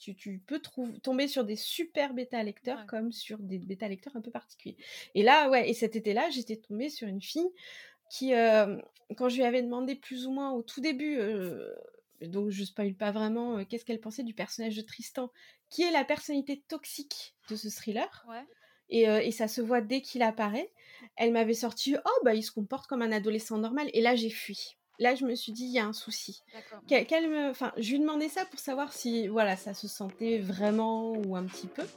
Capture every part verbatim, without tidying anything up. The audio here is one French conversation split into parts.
tu tu peux trouv tomber sur des super bêta-lecteurs Ouais. comme sur des bêta-lecteurs un peu particuliers. Et là, ouais et cet été-là, j'étais tombée sur une fille qui, hem, quand je lui avais demandé plus ou moins au tout début, heu, donc je spoil pas vraiment, heu, qu'est-ce qu'elle pensait du personnage de Tristan, qui est la personnalité toxique de ce thriller Ouais. et heu et ça se voit dès qu'il apparaît. Elle m'avait sorti: «Oh bah, il se comporte comme un adolescent normal» et là j'ai fui. Là, je me suis dit: «Il y a un souci». D'accord. Qu'elle qu'elle me enfin, je lui demandais ça pour savoir si, voilà, ça se sentait vraiment ou un petit peu.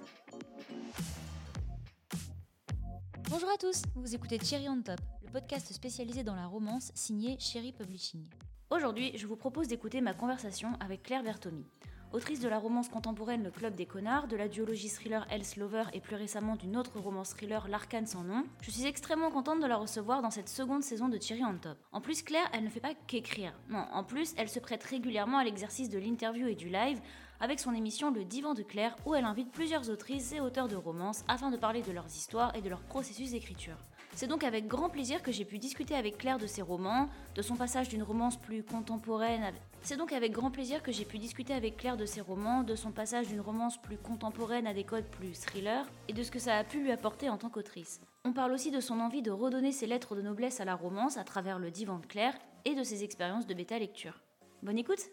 Bonjour à tous, vous écoutez Cherry on Top, le podcast spécialisé dans la romance signé Cherry Publishing. Aujourd'hui, je vous propose d'écouter ma conversation avec Claire Bertomi. Autrice de la romance contemporaine Le Club des Connards, de la duologie thriller Else Lover et plus récemment d'une autre romance thriller L'Arcane sans nom, je suis extrêmement contente de la recevoir dans cette seconde saison de Cherry on Top. En plus, Claire, elle ne fait pas qu'écrire. Non, en plus, elle se prête régulièrement à l'exercice de l'interview et du live avec son émission Le Divan de Claire où elle invite plusieurs autrices et auteurs de romances afin de parler de leurs histoires et de leur processus d'écriture. C'est donc avec grand plaisir que j'ai pu discuter avec Claire de ses romans, de son passage d'une romance plus contemporaine avec... C'est donc avec grand plaisir que j'ai pu discuter avec Claire de ses romans, de son passage d'une romance plus contemporaine à des codes plus thriller, et de ce que ça a pu lui apporter en tant qu'autrice. On parle aussi de son envie de redonner ses lettres de noblesse à la romance à travers le divan de Claire, et de ses expériences de bêta-lecture. Bonne écoute!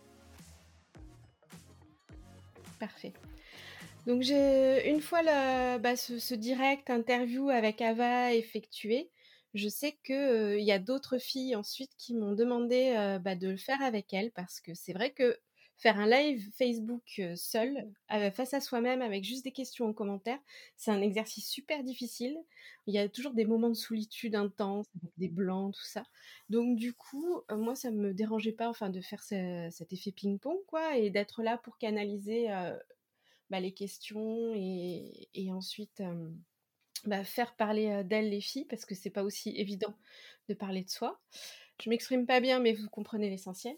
Parfait. Donc j'ai une fois le bah, ce ce direct interview avec Ava effectué, je sais que, heu, il y a d'autres filles ensuite qui m'ont demandé, heu, bah, de le faire avec elles parce que c'est vrai que faire un live Facebook, heu, seul, heu, face à soi-même avec juste des questions en commentaire, c'est un exercice super difficile. Il y a toujours des moments de solitude intenses, avec des blancs, tout ça. Donc du coup, heu, moi ça me dérangeait pas, enfin, de faire ce cet effet ping-pong quoi et d'être là pour canaliser, heu, bah, les questions et et ensuite, hem, bah, faire parler, heu, d'elles les filles parce que c'est pas aussi évident de parler de soi. Je m'exprime pas bien, mais vous comprenez l'essentiel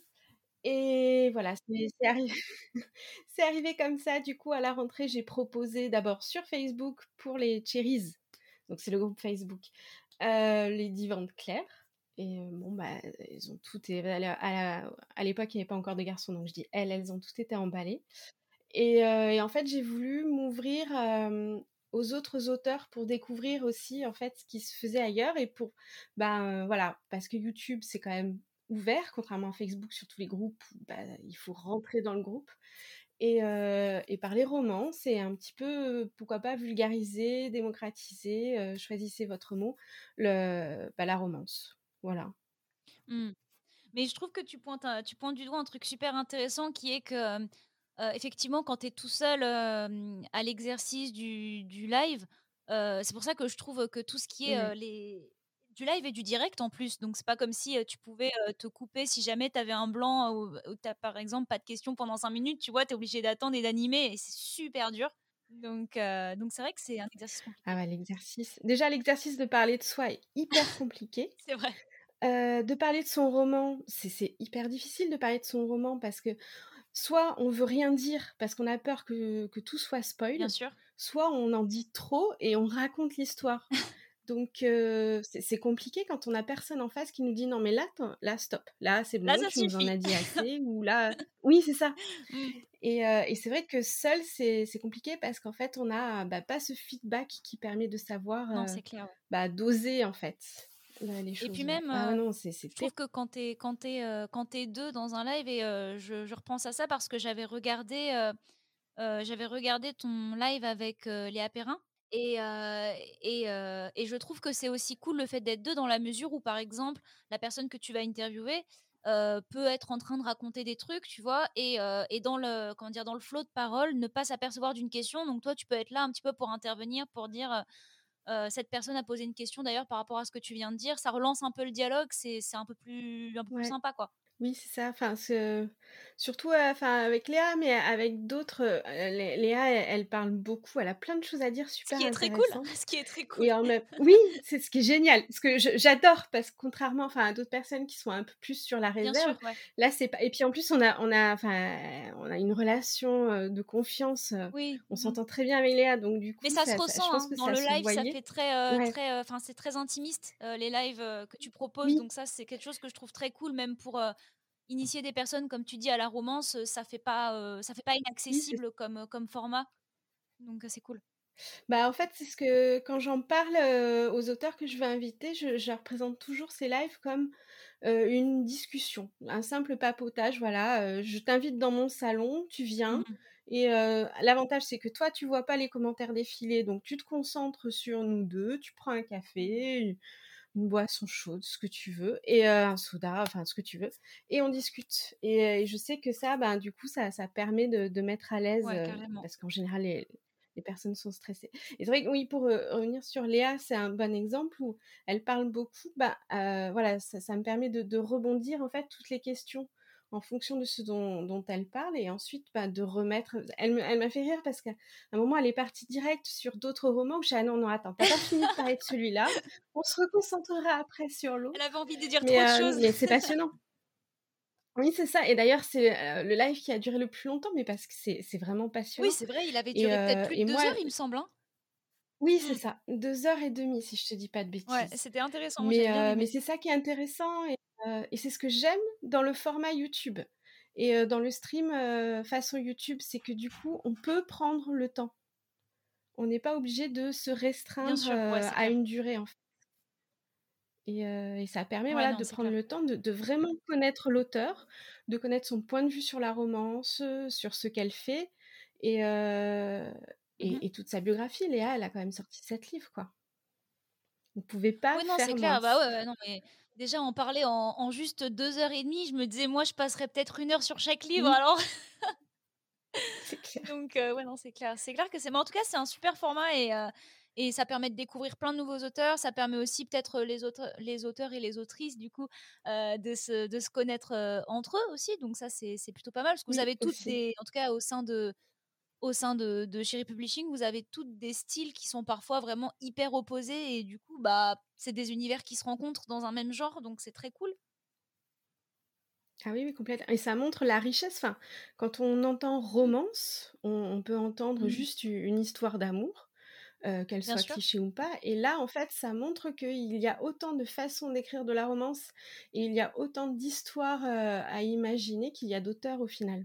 et voilà, c'est c'est arri c'est arrivé comme ça. Du coup, à la rentrée, j'ai proposé d'abord sur Facebook pour les cherries, donc c'est le groupe Facebook, heu, les divans de Claire et heu, bon, bah, elles ont toutes et à la à la à l'époque, il y avait pas encore de garçons, donc je dis elles, elles ont toutes été emballées et heu et en fait, j'ai voulu m'ouvrir, hem, aux autres auteurs pour découvrir aussi, en fait, ce qui se faisait ailleurs et pour, ben, voilà, parce que YouTube, c'est quand même ouvert, contrairement à Facebook sur tous les groupes où, bah, il faut rentrer dans le groupe et heu et parler romance et un petit peu, pourquoi pas vulgariser, démocratiser, heu, choisissez votre mot, le bah, la romance. Voilà. Mmh. Mais je trouve que tu pointes, un- tu pointes du doigt un truc super intéressant qui est que, euh, effectivement, quand tu es tout seul euh, à l'exercice du, du live, euh, c'est pour ça que je trouve que tout ce qui est Ouais. euh, les... du live et du direct en plus. Donc, c'est pas comme si euh, tu pouvais euh, te couper si jamais tu avais un blanc ou, ou tu par exemple, pas de questions pendant cinq minutes. Tu vois, tu es obligé d'attendre et d'animer et c'est super dur. Donc, euh, donc c'est vrai que c'est un exercice Ah compliqué. ouais, l'exercice déjà l'exercice de parler de soi est hyper compliqué. C'est vrai, Heu, de parler de son roman, c'est c'est hyper difficile de parler de son roman parce que soit on veut rien dire parce qu'on a peur que que tout soit bien spoil, sûr. soit on en dit trop et on raconte l'histoire. Donc heu, c'est c'est compliqué quand on a personne en face qui nous dit: «Non mais là, tu là stop, là c'est Là, bon, ça tu nous en suffit. as dit assez» ou là oui c'est ça Mm. et heu et c'est vrai que seul c'est c'est compliqué parce qu'en fait on a, bah, pas ce feedback qui permet de savoir, Non, heu, c'est clair. Ouais. bah, doser en fait, là les Et puis choses, ouais. même, Ah ouais heu, non, c'est c'est je terrible. trouve que quand tu es quand tu es, heu, quand tu es deux dans un live et heu, je je repense à ça parce que j'avais regardé, heu heu, j'avais regardé ton live avec, heu, Léa Perrin et heu et heu et je trouve que c'est aussi cool le fait d'être deux dans la mesure où, par exemple, la personne que tu vas interviewer, heu, peut être en train de raconter des trucs, tu vois? Et heu et dans le comment dire? Dans le flot de parole, ne pas s'apercevoir d'une question. Donc toi, tu peux être là un petit peu pour intervenir, pour dire, Heu, cette personne a posé une question d'ailleurs par rapport à ce que tu viens de dire, ça relance un peu le dialogue, c'est c'est un peu plus un peu plus Ouais. sympa, quoi. Oui, c'est ça. Enfin, ce surtout, heu, enfin, avec Léa, mais avec d'autres, heu, Lé Léa, elle elle parle beaucoup, elle a plein de choses à dire Ce super qui est très cool, intéressantes ce qui est très cool. et en même oui, c'est ce qui est génial, ce que je j'adore parce que contrairement, enfin, à d'autres personnes qui sont un peu plus sur la Bien réserve, sûr, ouais. là, c'est pas et puis en plus, on a on a enfin, on a une relation, heu, de confiance, heu, Oui, on mmh. s'entend très bien avec Léa, donc du Mais coup, ça se ça ça je ressent, pense hein. que Dans ça le se live, ça voyait. fait très, heu, Ouais, très, heu, enfin, c'est très intimiste, heu, les lives, heu, que tu proposes, oui. donc ça, c'est quelque chose que je trouve très cool même pour, heu initier des personnes, comme tu dis, à la romance, heu, ça fait pas, heu, ça fait pas Oui, c'est inaccessible comme, heu, comme format. Donc heu, c'est cool. Bah, en fait, c'est ce que quand j'en parle, heu, aux auteurs que je veux inviter, je je leur présente toujours ces lives comme, heu, une discussion, un simple papotage, voilà, heu, je t'invite dans mon salon, tu Mmh viens mh. et heu, l'avantage, c'est que toi, tu vois pas les commentaires défiler, donc tu te concentres sur nous deux, tu prends un café, une une boisson chaude, ce que tu veux et heu, un soda, enfin ce que tu veux et on discute et heu, et je sais que ça, ben, du coup, ça ça permet de de mettre à l'aise, Ouais, heu, carrément. parce qu'en général, les les personnes sont stressées et c'est vrai que oui, pour, heu, revenir sur Léa, c'est un bon exemple où elle parle beaucoup, bah, heu, voilà, ça ça me permet de de rebondir, en fait, toutes les questions en fonction de ce dont dont elle parle et ensuite, bah, de remettre elle me elle m'a fait rire parce qu'à un moment, elle est partie direct sur d'autres romans où je suis: «Ah non, non, attends, tu as pas fini de parler de celui-là, on se reconcentrera après sur Elle l'autre». avait envie de dire Mais trop de heu, choses. mais c'est passionnant. Oui, c'est ça et d'ailleurs, c'est, heu, le live qui a duré le plus longtemps, mais parce que c'est c'est vraiment Oui, passionnant c'est vrai, il avait et duré peut-être heu plus de et deux moi heures, il me semble, hein? oui, c'est Mmh. ça, deux heures et demie si je te dis pas de Ouais, bêtises. c'était intéressant, moi Mais j'avais bien heu, mais aimé. c'est ça qui est intéressant et heu et c'est ce que j'aime dans le format YouTube et heu, dans le stream, heu, façon YouTube, c'est que du coup, on peut prendre le temps. On n'est pas obligé de se Bien restreindre, sûr, ouais, heu, c'est à clair. une durée, en fait et heu et ça permet, Ouais, voilà, non, de c'est prendre clair. le temps de de vraiment connaître l'auteur, de connaître son point de vue sur la romance, heu, sur ce qu'elle fait et heu Mmh mh. et et toute sa biographie. Léa, elle a quand même sorti sept livres, quoi. On pouvait pas Oui, non, c'est faire clair. moins. Bah, ouais, ouais, non, mais déjà en parler en en juste deux heures et demie, je me disais: «Moi, je passerais peut-être une heure sur chaque livre», Oui, alors c'est clair. donc heu, ouais, non, c'est clair. C'est clair que c'est mais en tout cas, c'est un super format et heu et ça permet de découvrir plein de nouveaux auteurs. Ça permet aussi peut-être, heu, les autres les auteurs et les autrices du coup, heu, de se de se connaître, heu, entre eux aussi, donc ça, c'est c'est plutôt pas mal parce que vous Oui, avez toutes aussi. des en tout cas au sein de au sein de de Cherry Publishing, vous avez toutes des styles qui sont parfois vraiment hyper opposés et du coup, bah, c'est des univers qui se rencontrent dans un même genre, donc c'est très cool. Ah oui, oui, complètement et ça montre la richesse, enfin, quand on entend Mmh. romance, on on peut entendre Mmh. juste u une histoire d'amour, heu, qu'elle Bien soit sûr. cliché ou pas et là, en fait, ça montre qu'il y a autant de façons d'écrire de la romance et il y a autant d'histoires, heu, à imaginer qu'il y a d'auteurs au final.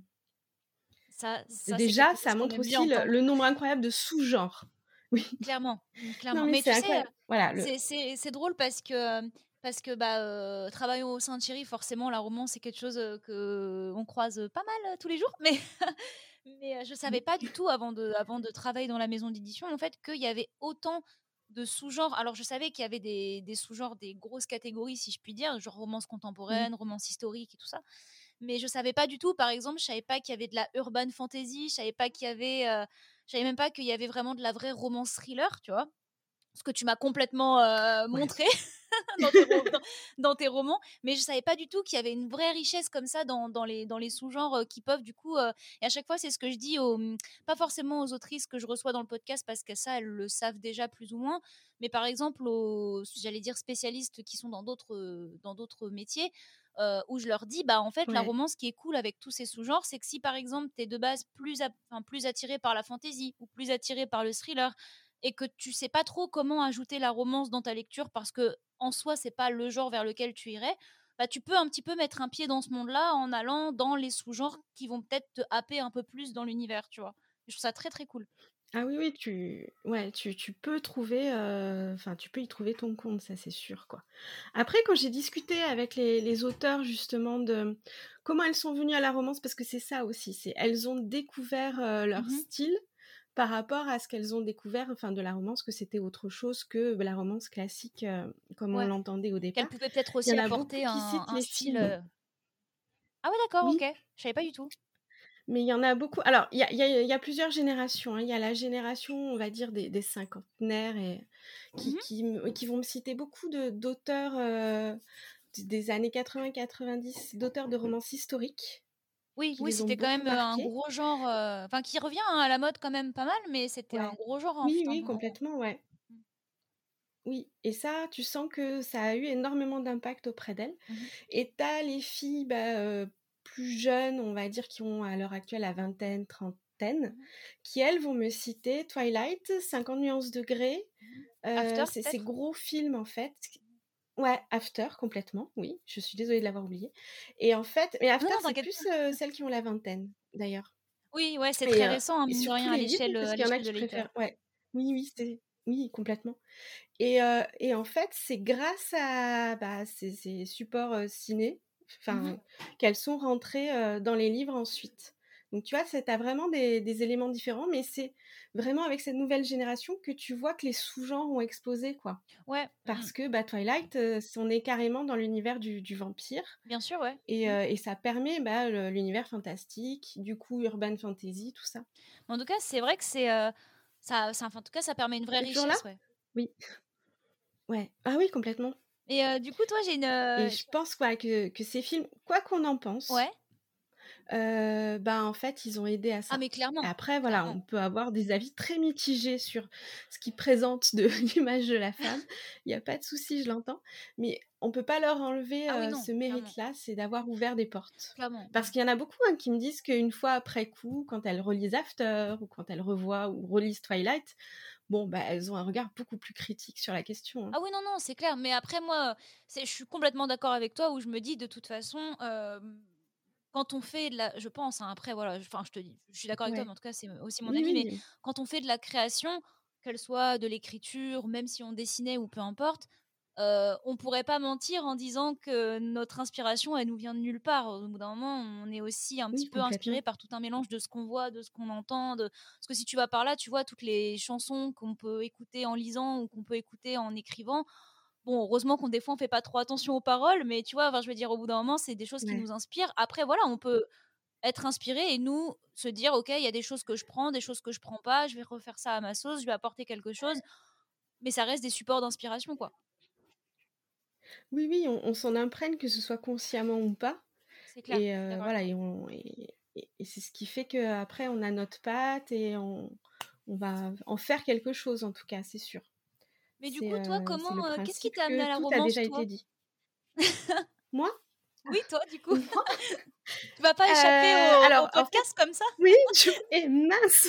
Ça ça, c'est Déjà, quelque chose ça qu'on montre aime bien aussi le entendre. le nombre incroyable de sous-genres. Oui, Clairement, mmh, non, clairement. mais Mais c'est tu sais, heu, incroyable. Voilà, le c'est c'est c'est drôle parce que, hem, parce que, bah, heu, travaillant au sein de Chéri, forcément, la romance, c'est quelque chose, heu, qu'on croise, heu, pas mal, heu, tous les jours. Mais mais heu, je savais oui, pas du tout avant de avant de travailler dans la maison d'édition, en fait, qu'il y avait autant de sous-genres. Alors je savais qu'il y avait des des sous-genres, des grosses catégories, si je puis dire, genre romance oui. contemporaine, romance historique et tout ça. Mais je savais pas du tout, par exemple, je savais pas qu'il y avait de la urban fantasy, je savais pas qu'il y avait, heu, je savais même pas qu'il y avait vraiment de la vraie romance thriller, tu vois? Ce que tu m'as complètement, heu, Ouais. montré dans tes ro dans dans tes romans, mais je savais pas du tout qu'il y avait une vraie richesse comme ça dans dans les dans les sous-genres, heu, qui peuvent du coup, heu et à chaque fois, c'est ce que je dis aux, mmh, pas forcément aux autrices que je reçois dans le podcast parce que ça, elles le savent déjà plus ou moins, mais par exemple aux j'allais dire spécialistes qui sont dans d'autres, heu, dans d'autres métiers, heu, où je leur dis: «Bah, en fait, la Ouais. romance, ce qui est cool avec tous ces sous-genres, c'est que si, par exemple, tu es de base plus ap enfin, plus attiré par la fantasy ou plus attiré par le thriller et que tu sais pas trop comment ajouter la romance dans ta lecture parce que en soi, c'est pas le genre vers lequel tu irais, bah, tu peux un petit peu mettre un pied dans ce monde-là en allant dans les sous-genres qui vont peut-être te happer un peu plus dans l'univers, tu vois? Je trouve ça très, très cool. Ah oui, oui, tu ouais, tu tu peux trouver, heu, enfin, tu peux y trouver ton compte, ça, c'est sûr, quoi. Après, quand j'ai discuté avec les les auteurs, justement, de comment elles sont venues à la romance, parce que c'est ça aussi, c'est elles ont découvert, heu, leur Mmh. style par rapport à ce qu'elles ont découvert, enfin, de la romance, que c'était autre chose que, bah, la romance classique, heu, comme on Ouais, l'entendait au qu'elle départ. pouvait peut-être Il y aussi en a beaucoup apporter qui un citent un les style, films. heu ah ouais, d'accord, OK. Oui. Je savais pas du tout. Mais il y en a beaucoup alors il y a il y a il y a plusieurs générations, hein. Il y a la génération, on va dire des des cinquantenaires et qui Mmh. qui me qui vont me citer beaucoup de d'auteurs, heu, d des années quatre-vingts quatre-vingt-dix, d'auteurs de romances historiques Oui, qui oui, les ont c'était quand beaucoup même, heu, un marqués. gros genre, heu, enfin qui revient, hein, à la mode quand même pas mal, mais c'était un Ouais. gros genre, hein, Oui, fut un oui, moment. complètement, ouais. Mmh. Oui et ça, tu sens que ça a eu énormément d'impact auprès d'elles Mmh. et tu as les filles, bah, heu, plus jeunes, on va dire, qui ont à l'heure actuelle la vingtaine, trentaine, Mmh. qui elles vont me citer Twilight, cinquante nuances de grey, Mmh. heu, After c'est ces peut-être? gros films en fait Ouais, After complètement, oui, je suis désolée de l'avoir oublié et en fait mais Non, After, non, c'est t'inquiète plus, pas. heu, celles qui ont la vingtaine, d'ailleurs Oui, ouais, c'est et très heu récent, hein, et mine de surtout rien, à les livres l'échelle, heu, parce à qu'il y en a l'échelle de qui Layton. préfèrent ouais, oui, oui, c'est oui, complètement et heu et en fait, c'est grâce à, bah, ces ces supports, heu, ciné, Mmh mh. enfin, qu'elles sont rentrées, heu, dans les livres ensuite. Donc tu vois, c'est tu as vraiment des des éléments différents, mais c'est vraiment avec cette nouvelle génération que tu vois que les sous-genres ont explosé, quoi. Ouais, mmh Parce mh. que, bah, Twilight, heu, c on est carrément dans l'univers du du vampire Bien sûr, ouais. et Mmh. heu et ça permet, bah, le l'univers fantastique, du coup urban fantasy, tout ça. En tout cas, c'est vrai que c'est, heu, ça ça enfin, en tout cas, ça permet une vraie Tu es toujours là? richesse, ouais. Oui. Ouais. Ah oui, complètement Et heu, du coup, toi, j'ai une, et heu je pense, quoi, que que ces films, quoi qu'on en ouais? pense, heu, ben, en fait, ils ont aidé à Ah ça. mais clairement, Après, voilà, clairement. on peut avoir des avis très mitigés sur ce qu'ils présentent de l'image de la femme. Il y a pas de souci, je l'entends, mais on peut pas leur enlever, Ah oui, heu, non, ce clairement, mérite-là, c'est d'avoir ouvert des portes. clairement, Parce mmh. qu'il y en a beaucoup, hein, qui me disent qu'une fois après coup, quand elles relisent After ou quand elles revoient ou relisent Twilight, bon, bah, elles ont un regard beaucoup plus critique sur la question, hein. Ah oui, non, non, c'est clair, mais après moi, c'est je suis complètement d'accord avec toi où je me dis de toute façon, hem, quand on fait de la je pense, hein, après voilà, enfin je te dis, je suis d'accord avec toi, mais Ouais. en tout cas, c'est aussi mon Oui, avis, mais oui. quand on fait de la création, qu'elle soit de l'écriture, même si on dessinait ou peu importe, heu, on pourrait pas mentir en disant que notre inspiration, elle nous vient de nulle part. Au bout d'un moment, on est aussi un petit Oui, peu inspiré complètement. par tout un mélange de ce qu'on voit, de ce qu'on entend, de parce que si tu vas par là, tu vois toutes les chansons qu'on peut écouter en lisant ou qu'on peut écouter en écrivant. Bon, heureusement qu'on des fois on fait pas trop attention aux paroles, mais tu vois, enfin, je veux dire, au bout d'un moment, c'est des choses qui Ouais. nous inspirent. Après, voilà, on peut être inspiré et nous se dire, ok, il y a des choses que je prends, des choses que je prends pas, je vais refaire ça à ma sauce, je vais apporter quelque chose, mais ça reste des supports d'inspiration, quoi. Oui, oui, on on s'en imprègne, que ce soit consciemment ou pas C'est clair, et je suis heu, d'accord avec voilà toi. et on et et et c'est ce qui fait qu'après on a notre patte et on on va en faire quelque chose en tout cas, c'est sûr. Mais du C'est, coup, toi, heu, c'est le comment, heu, qu'est-ce qui principe t'a amené que à la tout a romance, déjà toi? été dit. Moi? Oui, toi, du coup. Moi? Tu vas pas Heu, échapper au au alors en fait podcast comme ça? oui, je et mince!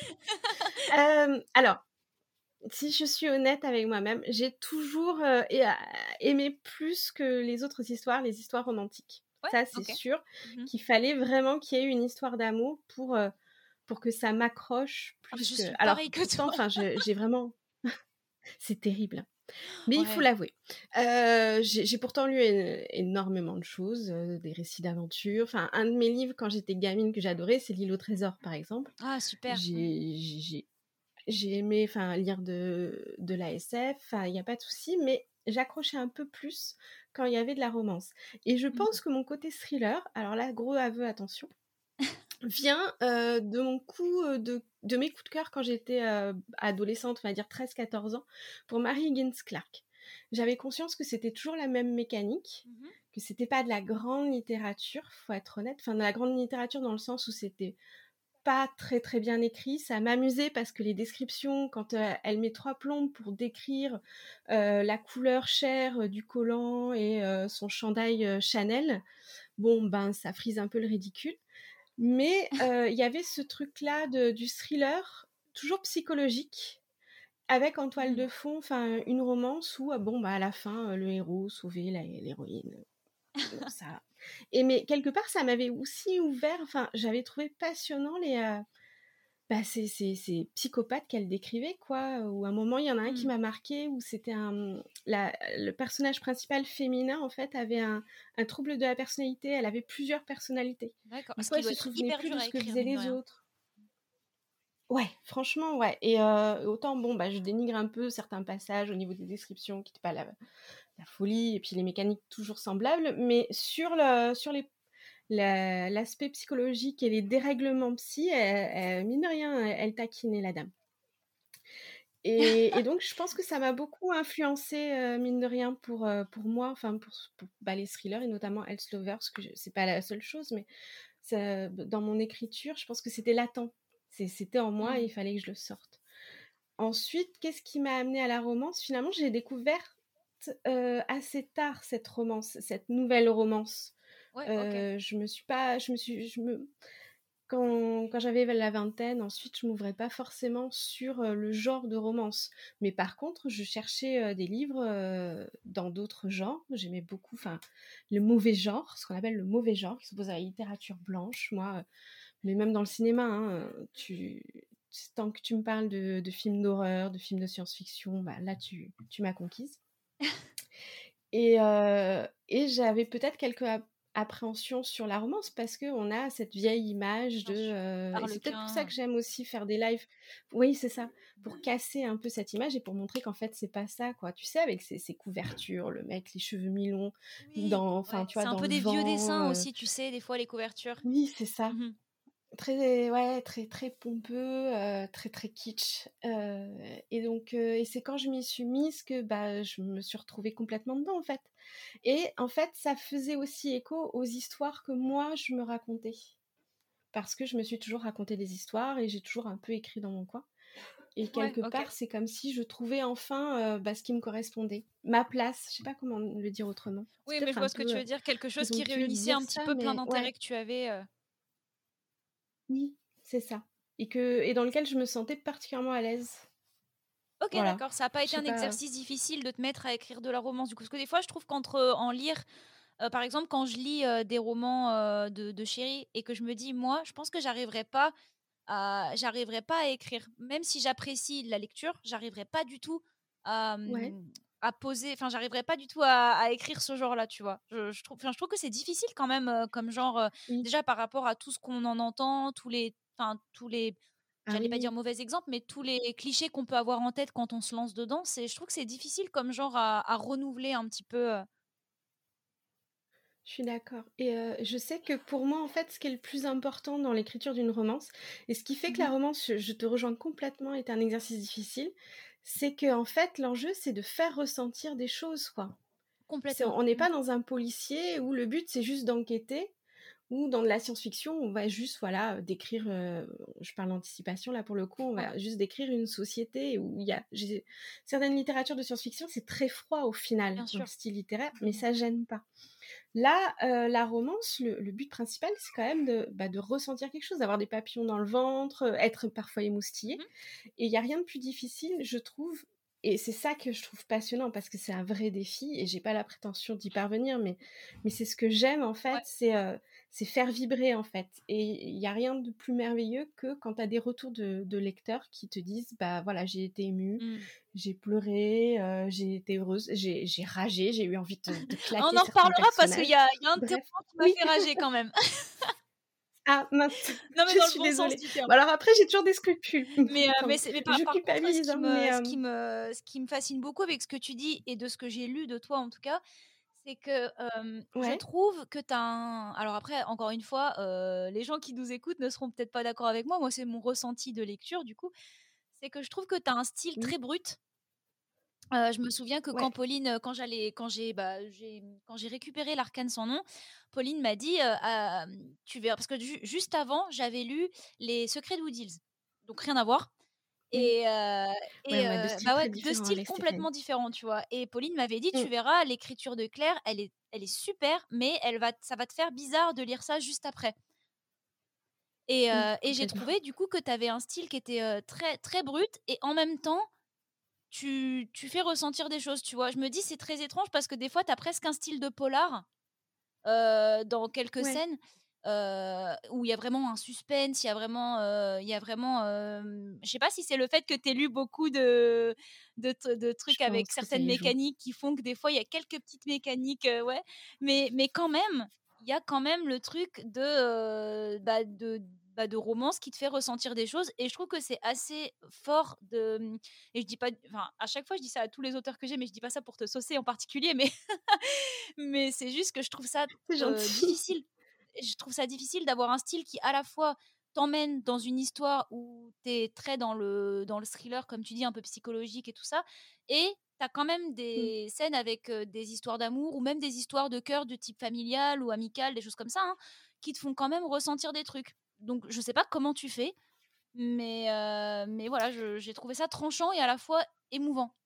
Hem, alors, si je suis honnête avec moi-même, j'ai toujours, heu, et a aimé plus que les autres histoires, les histoires romantiques. Ouais, Ça, c'est OK. sûr Mmh mh. qu'il fallait vraiment qu'il y ait une histoire d'amour pour, heu, pour que ça m'accroche Ah mais plus je que suis alors pareille que pourtant, toi. enfin, je j'ai vraiment c'est terrible, hein, mais il faut Ouais. l'avouer. Heu, j'ai j'ai pourtant lu é énormément de choses, heu, des récits d'aventure. Enfin, un de mes livres quand j'étais gamine que j'adorais, c'est L'île au trésor, par exemple. Ah super. Mmh. J'ai j'ai j'ai j'ai aimé, enfin, lire de de l'A S F, enfin, il y a pas de souci, mais j'accrochais un peu plus quand il y avait de la romance et je Mmh. pense que mon côté thriller, alors là, gros aveu, attention, vient, heu, de mon coup, heu, de de mes coups de cœur quand j'étais, heu, adolescente, on va dire treize quatorze ans, pour Mary Higgins Clark. J'avais conscience que c'était toujours la même mécanique, Mmh mh. que c'était pas de la grande littérature, faut être honnête, enfin de la grande littérature dans le sens où c'était pas très, très bien écrit. Ça m'amusait parce que les descriptions, quand, heu, elle met trois plombes pour décrire, heu, la couleur chair, heu, du collant et heu, son chandail, heu, Chanel, bon, ben, ça frise un peu le ridicule. Mais heu, il y avait ce truc-là de du thriller, toujours psychologique, avec en toile Mmh. de fond, enfin, une romance où, ah bon, bah, à la fin, heu, le héros sauvait la l'héroïne. Bon ça et mais quelque part, ça m'avait aussi ouvert enfin, j'avais trouvé passionnant les, heu, bah, ces ces ces psychopathes qu'elle décrivait quoi, où à un moment, il y en a un qui Mmh. m'a marquée où c'était un, mmh, la le personnage principal féminin, en fait, avait un un trouble de la personnalité. Elle avait plusieurs personnalités. D'accord. Du Ce coup, qui elle doit se être souvenait hyper plus dur de à ce que écrire, faisaient mine de les rien. autres. Ouais, franchement, ouais et heu, autant bon, bah, je dénigre un peu certains passages au niveau des descriptions qui étaient pas la la folie et puis les mécaniques toujours semblables, mais sur le sur les la l'aspect psychologique et les dérèglements psy, elle elle mine de rien, elle elle taquinait la dame et et donc je pense que ça m'a beaucoup influencée, heu, mine de rien pour, heu, pour moi, enfin pour s pour, bah, les thrillers et notamment Elselovers que je c'est pas la seule chose, mais ça dans mon écriture, je pense que c'était latent. C'est c'était en moi et Mmh. il fallait que je le sorte. Ensuite, qu'est-ce qui m'a amenée à la romance? Finalement, j'ai découvert, heu, assez tard cette romance, cette nouvelle romance. Ouais, OK. Heu, je me suis pas je me suis je me quand quand j'avais la vingtaine, ensuite, je m'ouvrais pas forcément sur, heu, le genre de romance. Mais par contre, je cherchais, heu, des livres, heu, dans d'autres genres. J'aimais beaucoup, enfin, le mauvais genre, ce qu'on appelle le mauvais genre, qui s'oppose à la littérature blanche. Moi, heu, mais même dans le cinéma, hein, heu, tu tant que tu me parles de de films d'horreur, de films de science-fiction, bah, là, tu tu m'as conquise. Et heu et j'avais peut-être quelques ap appréhensions sur la romance parce qu'on a cette vieille image Bien de, sûr. heu et c'est peut-être pour ça Harlequin. que j'aime aussi faire des lives. Oui, c'est ça, pour casser un peu cette image et pour montrer qu'en fait, c'est pas ça, quoi. Tu sais, avec ses ses couvertures, le mec, les cheveux mi-longs, Oui, dans ouais, enfin, tu vois, c'est un dans peu le des vieux vent, dessins heu aussi, tu sais, des fois les couvertures. oui, c'est ça. Mmh. Très ouais, très, très pompeux, heu, très, très kitsch, heu et donc heu et c'est quand je m'y suis mise que, bah, je me suis retrouvée complètement dedans, en fait et en fait, ça faisait aussi écho aux histoires que moi, je me racontais. Parce que je me suis toujours raconté des histoires et j'ai toujours un peu écrit dans mon coin et Ouais, quelque OK. part, c'est comme si je trouvais enfin, heu, bah, ce qui me correspondait. Ma place, je sais pas comment le dire autrement. C'est Oui, mais je peut-être vois un ce que peu, tu heu, veux dire, quelque chose qui présomptueux de réunissait dire un petit ça, peu plein mais d'intérêts ouais. que tu avais, heu Oui, c'est ça et que et dans lequel je me sentais particulièrement à l'aise. OK, Voilà, d'accord, ça a pas je été sais un pas. exercice difficile de te mettre à écrire de la romance, du coup? Parce que des fois, je trouve qu'entre, heu, en lire, heu, par exemple, quand je lis, heu, des romans, heu, de de chéri et que je me dis: «Moi, je pense que j'arriverai pas à j'arriverai pas à écrire». Même si j'apprécie la lecture, j'arriverai pas du tout à, Ouais, mmh, à poser enfin, j'arriverai pas du tout à à écrire ce genre-là, tu vois? Je je trouve enfin, je trouve que c'est difficile quand même, heu, comme genre, heu, oui. déjà par rapport à tout ce qu'on en entend, tous les enfin, tous les Ah j'allais oui, pas dire oui, mauvais exemple, mais tous les clichés qu'on peut avoir en tête quand on se lance dedans, c'est je trouve que c'est difficile comme genre à à renouveler un petit peu, heu je suis d'accord et heu, je sais que pour moi, en fait, ce qui est le plus important dans l'écriture d'une romance et ce qui fait que la mmh romance, je je te rejoins complètement, est un exercice difficile, c'est qu'en fait, l'enjeu, c'est de faire ressentir des choses, quoi. C'est complètement. on n'est Mmh. pas dans un policier où le but, c'est juste d'enquêter. Ou dans de la science-fiction, on va juste, voilà, décrire, heu, je parle d'anticipation là pour le coup, on Ouais, va juste décrire une société où il y a j'ai certaines littératures de science-fiction, c'est très froid au final, bien donc sûr. style littéraire, mais Mmh. ça gêne pas. Là, heu, la romance, le le but principal, c'est quand même de, bah, de ressentir quelque chose, d'avoir des papillons dans le ventre, heu, être parfois émoustillé Mmh. et il y a rien de plus difficile, je trouve et c'est ça que je trouve passionnant parce que c'est un vrai défi et j'ai pas la prétention d'y parvenir, mais mais c'est ce que j'aime en fait, Ouais. c'est, heu, c'est faire vibrer en fait et il y a rien de plus merveilleux que quand tu as des retours de de lecteurs qui te disent: «Bah, voilà, j'ai été émue, Mmh. j'ai pleuré, heu, j'ai été heureuse, j'ai j'ai ragé, j'ai eu envie de de On claquer en certains reparlera parce qu'il y personnages». a il y a un de tes Bref, romans qui m'a oui. fait rager quand même. Ah mince, Non, mais je dans le suis bon sens désolée. du terme. Bah, alors après j'ai toujours des scrupules, Mais, heu, mais donc c'est mais par je par contre, ce culpabilise, qui hein, mais me ce qui hem me ce qui me fascine beaucoup avec ce que tu dis et de ce que j'ai lu de toi en tout cas, c'est que, hem, je ouais, trouve que tu as un alors après encore une fois, heu, les gens qui nous écoutent ne seront peut-être pas d'accord avec moi. Moi, c'est mon ressenti de lecture du coup. C'est que je trouve que tu as un style oui, très brut. Heu, je me souviens que quand ouais, Pauline, heu, quand j'allais quand j'ai, bah, j'ai quand j'ai récupéré l'Arcane sans nom, Pauline m'a dit, heu: «Ah, mmh, tu verras» parce que ju juste avant, j'avais lu Les Secrets de Wood Hills, donc rien à voir oui. et heu Ouais, et on a deux heu, styles bah, ouais, très deux différents, styles les Stéphanie. complètement différents, tu vois? Et Pauline m'avait dit: «Tu Mmh, verras, l'écriture de Claire, elle est elle est super, mais elle va ça va te faire bizarre de lire ça juste après» et oui, heu et j'ai complètement. trouvé du coup que tu avais un style qui était, heu, très très brut et en même temps tu tu fais ressentir des choses, tu vois? Je me dis: «C'est très étrange» parce que des fois, tu as presque un style de polar, heu, dans quelques Ouais, scènes, heu, où il y a vraiment un suspense, il y a vraiment, heu, il y a vraiment, hem, je sais pas si c'est le fait que tu aies lu beaucoup de de t de je trucs avec pense que ça certaines y joue. mécaniques qui font que des fois, il y a quelques petites mécaniques, heu, ouais, mais mais quand même, il y a quand même le truc de, heu, bah, de bah, de romance qui te fait ressentir des choses et je trouve que c'est assez fort de, mmh et je dis pas enfin, à chaque fois, je dis ça à tous les auteurs que j'ai, mais je dis pas ça pour te saucer en particulier, mais mais c'est juste que je trouve ça, C'est heu, gentil. difficile. Je trouve ça difficile d'avoir un style qui, à la fois, t'emmène dans une histoire où tu es très dans le dans le thriller, comme tu dis, un peu psychologique et tout ça et tu as quand même Mmh. des scènes avec, heu, des histoires d'amour ou même des histoires de cœur de type familial ou amical, des choses comme ça, hein, qui te font quand même ressentir des trucs. Donc je sais pas comment tu fais, mais heu, mais voilà, je j'ai trouvé ça tranchant et à la fois émouvant.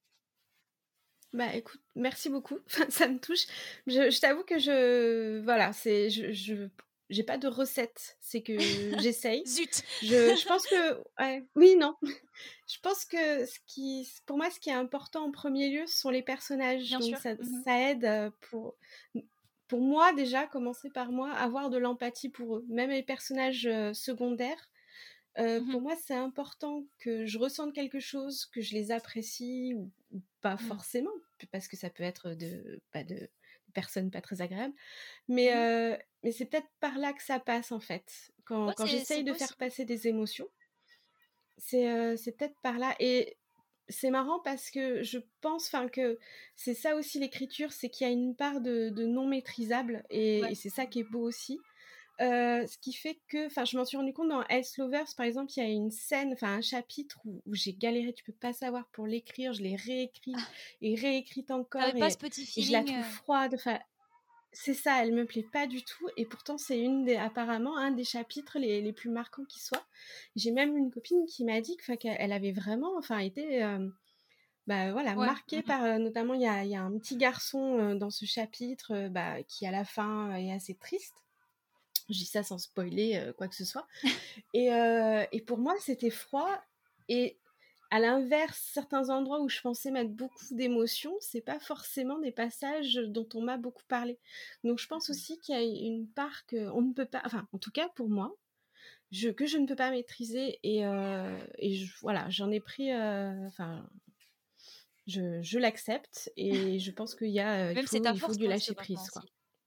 Bah, écoute, merci beaucoup. Enfin, ça me touche. Je je t'avoue que je voilà, c'est je je j'ai pas de recette, c'est que j'essaye. Zut! Je je pense que ouais, oui, non. Je pense que ce qui pour moi, ce qui est important en premier lieu, ce sont les personnages. Bien Donc sûr. ça Mmh. ça aide, heu, pour pour moi déjà, commencer par moi, avoir de l'empathie pour eux. Même les personnages, heu, secondaires, heu, Mmh. pour moi, c'est important que je ressente quelque chose, que je les apprécie ou ou pas Mmh. forcément, p parce que ça peut être de bah, de de personnes pas très agréables. Mais Mmh. heu, mais c'est peut-être par là que ça passe, en fait. Quand Ouais, quand c'est c'est j'essaye de faire possible. passer des émotions, c'est, heu, c'est peut-être par là et c'est marrant parce que je pense, enfin, que c'est ça aussi l'écriture, c'est qu'il y a une part de de non maîtrisable et Ouais. et c'est ça qui est beau aussi. Heu, ce qui fait que enfin, je m'en suis rendu compte dans Hell's Lovers, par exemple, il y a une scène, enfin un chapitre où où j'ai galéré, tu peux pas savoir pour l'écrire, je l'ai réécrite et réécrite Tu avais encore pas ce et petit et je la feeling, trouve heu froide, enfin c'est ça, elle me plaît pas du tout et pourtant c'est une des apparemment un des chapitres les les plus marquants qui soit. J'ai même une copine qui m'a dit que enfin qu'elle elle avait vraiment enfin été, hem, bah, voilà, ouais. marquée Mmh. par, heu, notamment il y a il y a un petit garçon, heu, dans ce chapitre, heu, bah, qui à la fin est assez triste. Je dis ça sans spoiler, heu, quoi que ce soit et heu et pour moi c'était froid et à l'inverse, certains endroits où je pensais mettre beaucoup d'émotions, c'est pas forcément des passages dont on m'a beaucoup parlé. Donc je pense Mmh. aussi qu'il y a une part qu'on ne peut pas enfin, en tout cas pour moi, je que je ne peux pas maîtriser et heu et je voilà, j'en ai pris, heu, enfin, je je l'accepte et je pense qu'il y a, heu, il Même c'est faut ta il faut force du quoi, ce lâcher maintenant prise, quoi. aussi.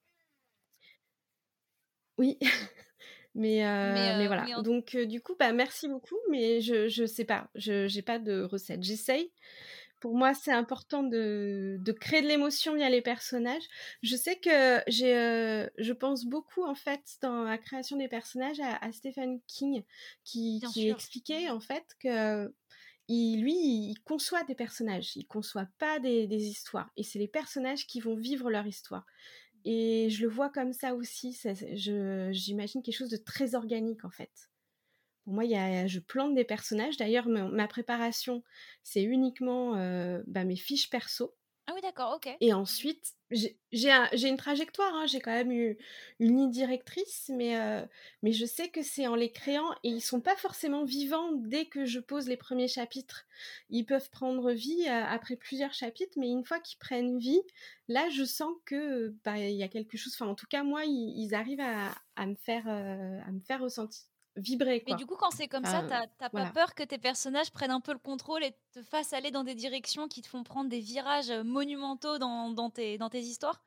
Oui. Mais Mais heu, mais heu, voilà. mais en Donc heu, du coup, bah, merci beaucoup, mais je je sais pas, je j'ai pas de recette. J'essaye. Pour moi, c'est important de de créer de l'émotion via les personnages. Je sais que j'ai, heu, je pense beaucoup, en fait, dans la création des personnages à à Stephen King qui bien qui sûr. expliquait, en fait, que il lui, il conçoit des personnages, il conçoit pas des des histoires et c'est les personnages qui vont vivre leur histoire. Et je le vois comme ça aussi, ça c'est je j'imagine quelque chose de très organique, en fait. Pour moi, il y a je plante des personnages. D'ailleurs, me ma préparation, c'est uniquement, heu, bah, mes fiches perso Ah oui d'accord, OK. et ensuite j'ai j'ai un j'ai une trajectoire, hein, j'ai quand même eu une ligne directrice, mais heu, mais je sais que c'est en les créant et ils sont pas forcément vivants dès que je pose les premiers chapitres. Ils peuvent prendre vie, heu, après plusieurs chapitres, mais une fois qu'ils prennent vie, là, je sens que, bah, il y a quelque chose enfin, en tout cas, moi, ils ils arrivent à à me faire, heu, à me faire ressentir vibrer, Mais du quoi. coup, quand c'est comme ça, Enfin, t'as as pas voilà. peur que tes personnages prennent un peu le contrôle et te fassent aller dans des directions qui te font prendre des virages, heu, monumentaux dans dans tes dans tes histoires?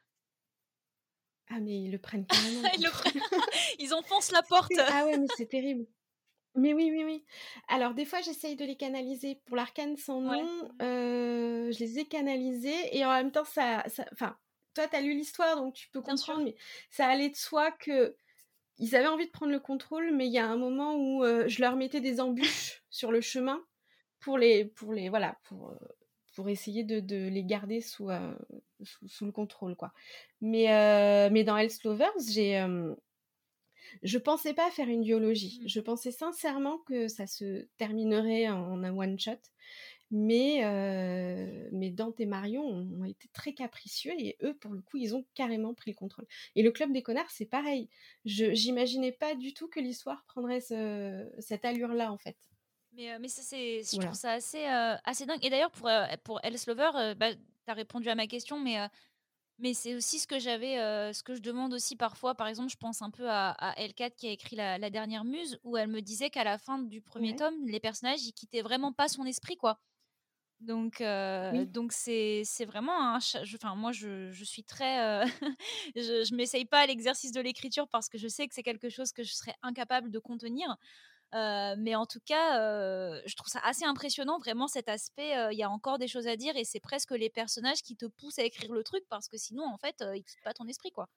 Ah, mais ils le prennent carrément le Ils le contrôle. prennent ils enfoncent la porte. C'est ah ouais, mais c'est terrible. Mais oui, oui, oui. Alors des fois, j'essaye de les canaliser. Pour l'Arcane sans Ouais. nom, Mmh. heu, je les ai canalisés et en même temps ça ça enfin, toi, tu as lu l'histoire donc tu peux Bien sûr. comprendre, mais ça allait de soi qu'ils avaient envie de prendre le contrôle, mais il y a un moment où, heu, je leur mettais des embûches sur le chemin pour les pour les voilà, pour, heu, pour essayer de de les garder sous, heu, sous sous le contrôle, quoi. Mais heu, mais dans Hell's Lovers, j'ai, hem je pensais pas faire une duologie. Mmh. Je pensais sincèrement que ça se terminerait en un one shot, mais heu, mais Dante et Marion ont ont été très capricieux et eux, pour le coup, ils ont carrément pris le contrôle. Et le Club des connards, c'est pareil. Je j'imaginais pas du tout que l'histoire prendrait ce cette allure-là, en fait. Mais heu, mais ça c'est je trouve Voilà. ça assez, heu, assez dingue et d'ailleurs pour, heu, pour Hell's Lover, heu, bah, tu as répondu à ma question mais heu, mais c'est aussi ce que j'avais, heu, ce que je demande aussi parfois. Par exemple, je pense un peu à à L quatre qui a écrit la la dernière Muse où elle me disait qu'à la fin du premier Ouais. tome, les personnages, ils quittaient vraiment pas son esprit, quoi. Donc heu, Oui. donc c'est c'est vraiment un cha je enfin moi je je suis très, heu, je je m'essaye pas à l'exercice de l'écriture parce que je sais que c'est quelque chose que je serais incapable de contenir. Heu, mais en tout cas, heu, je trouve ça assez impressionnant vraiment cet aspect, heu, il y a encore des choses à dire et c'est presque les personnages qui te poussent à écrire le truc parce que sinon en fait, heu, ils quittent pas ton esprit, quoi.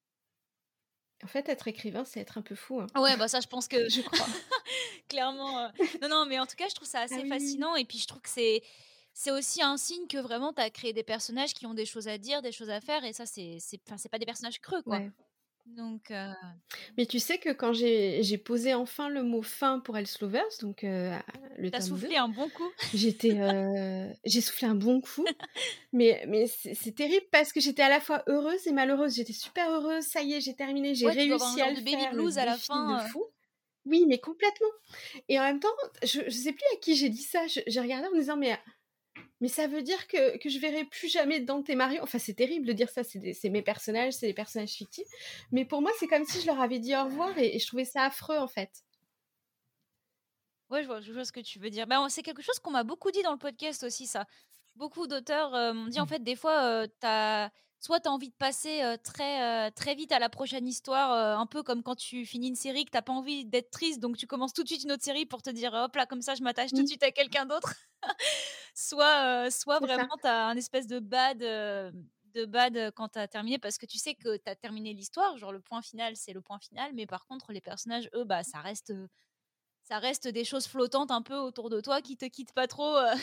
En fait, être écrivain, c'est être un peu fou, hein. Ouais, bah, ça je pense que Je crois. clairement, heu, non, non, mais en tout cas, je trouve ça Ah assez oui, oui, oui. fascinant et puis je trouve que c'est c'est aussi un signe que vraiment tu as créé des personnages qui ont des choses à dire, des choses à faire et ça c'est c'est enfin, c'est pas des personnages creux, quoi. Ouais. Donc heu Mais tu sais que quand j'ai j'ai posé enfin le mot fin pour Else Lovers, donc heu, le tu as tome deux, soufflé un bon coup. j'étais, heu, j'ai soufflé un bon coup, mais mais c'est c'est terrible parce que j'étais à la fois heureuse et malheureuse. J'étais super heureuse, ça y est, j'ai terminé, j'ai Ouais, tu dois avoir un réussi à genre le de baby faire, le blues à la défi de fin, heu. fou. Oui, mais complètement et en même temps, je je sais plus à qui j'ai dit ça, je j'ai regardé en me disant: «Mais mais ça veut dire que que je verrai plus jamais Dante et Marion?» Enfin, c'est terrible de dire ça, c'est des c'est mes personnages, c'est des personnages fictifs, mais pour moi, c'est comme si je leur avais dit au revoir et et je trouvais ça affreux, en fait. Ouais, je vois je vois ce que tu veux dire. Bah, on c'est quelque chose qu'on m'a beaucoup dit dans le podcast aussi ça. Beaucoup d'auteurs, heu, m'ont dit en Mmh. fait des fois, heu, tu as soit tu as envie de passer, heu, très, heu, très vite à la prochaine histoire, heu, un peu comme quand tu finis une série que tu as pas envie d'être triste, donc tu commences tout de suite une autre série pour te dire: «Hop là, comme ça je m'attache tout de Mmh, suite à quelqu'un d'autre». Soit, heu, soit c'est vraiment ça. tu as un espèce de bad, heu, de bad, heu, quand tu as terminé parce que tu sais que tu as terminé l'histoire, genre le point final, c'est le point final, mais par contre les personnages, eux, bah, ça reste, heu, ça reste des choses flottantes un peu autour de toi qui te quittent pas trop, heu.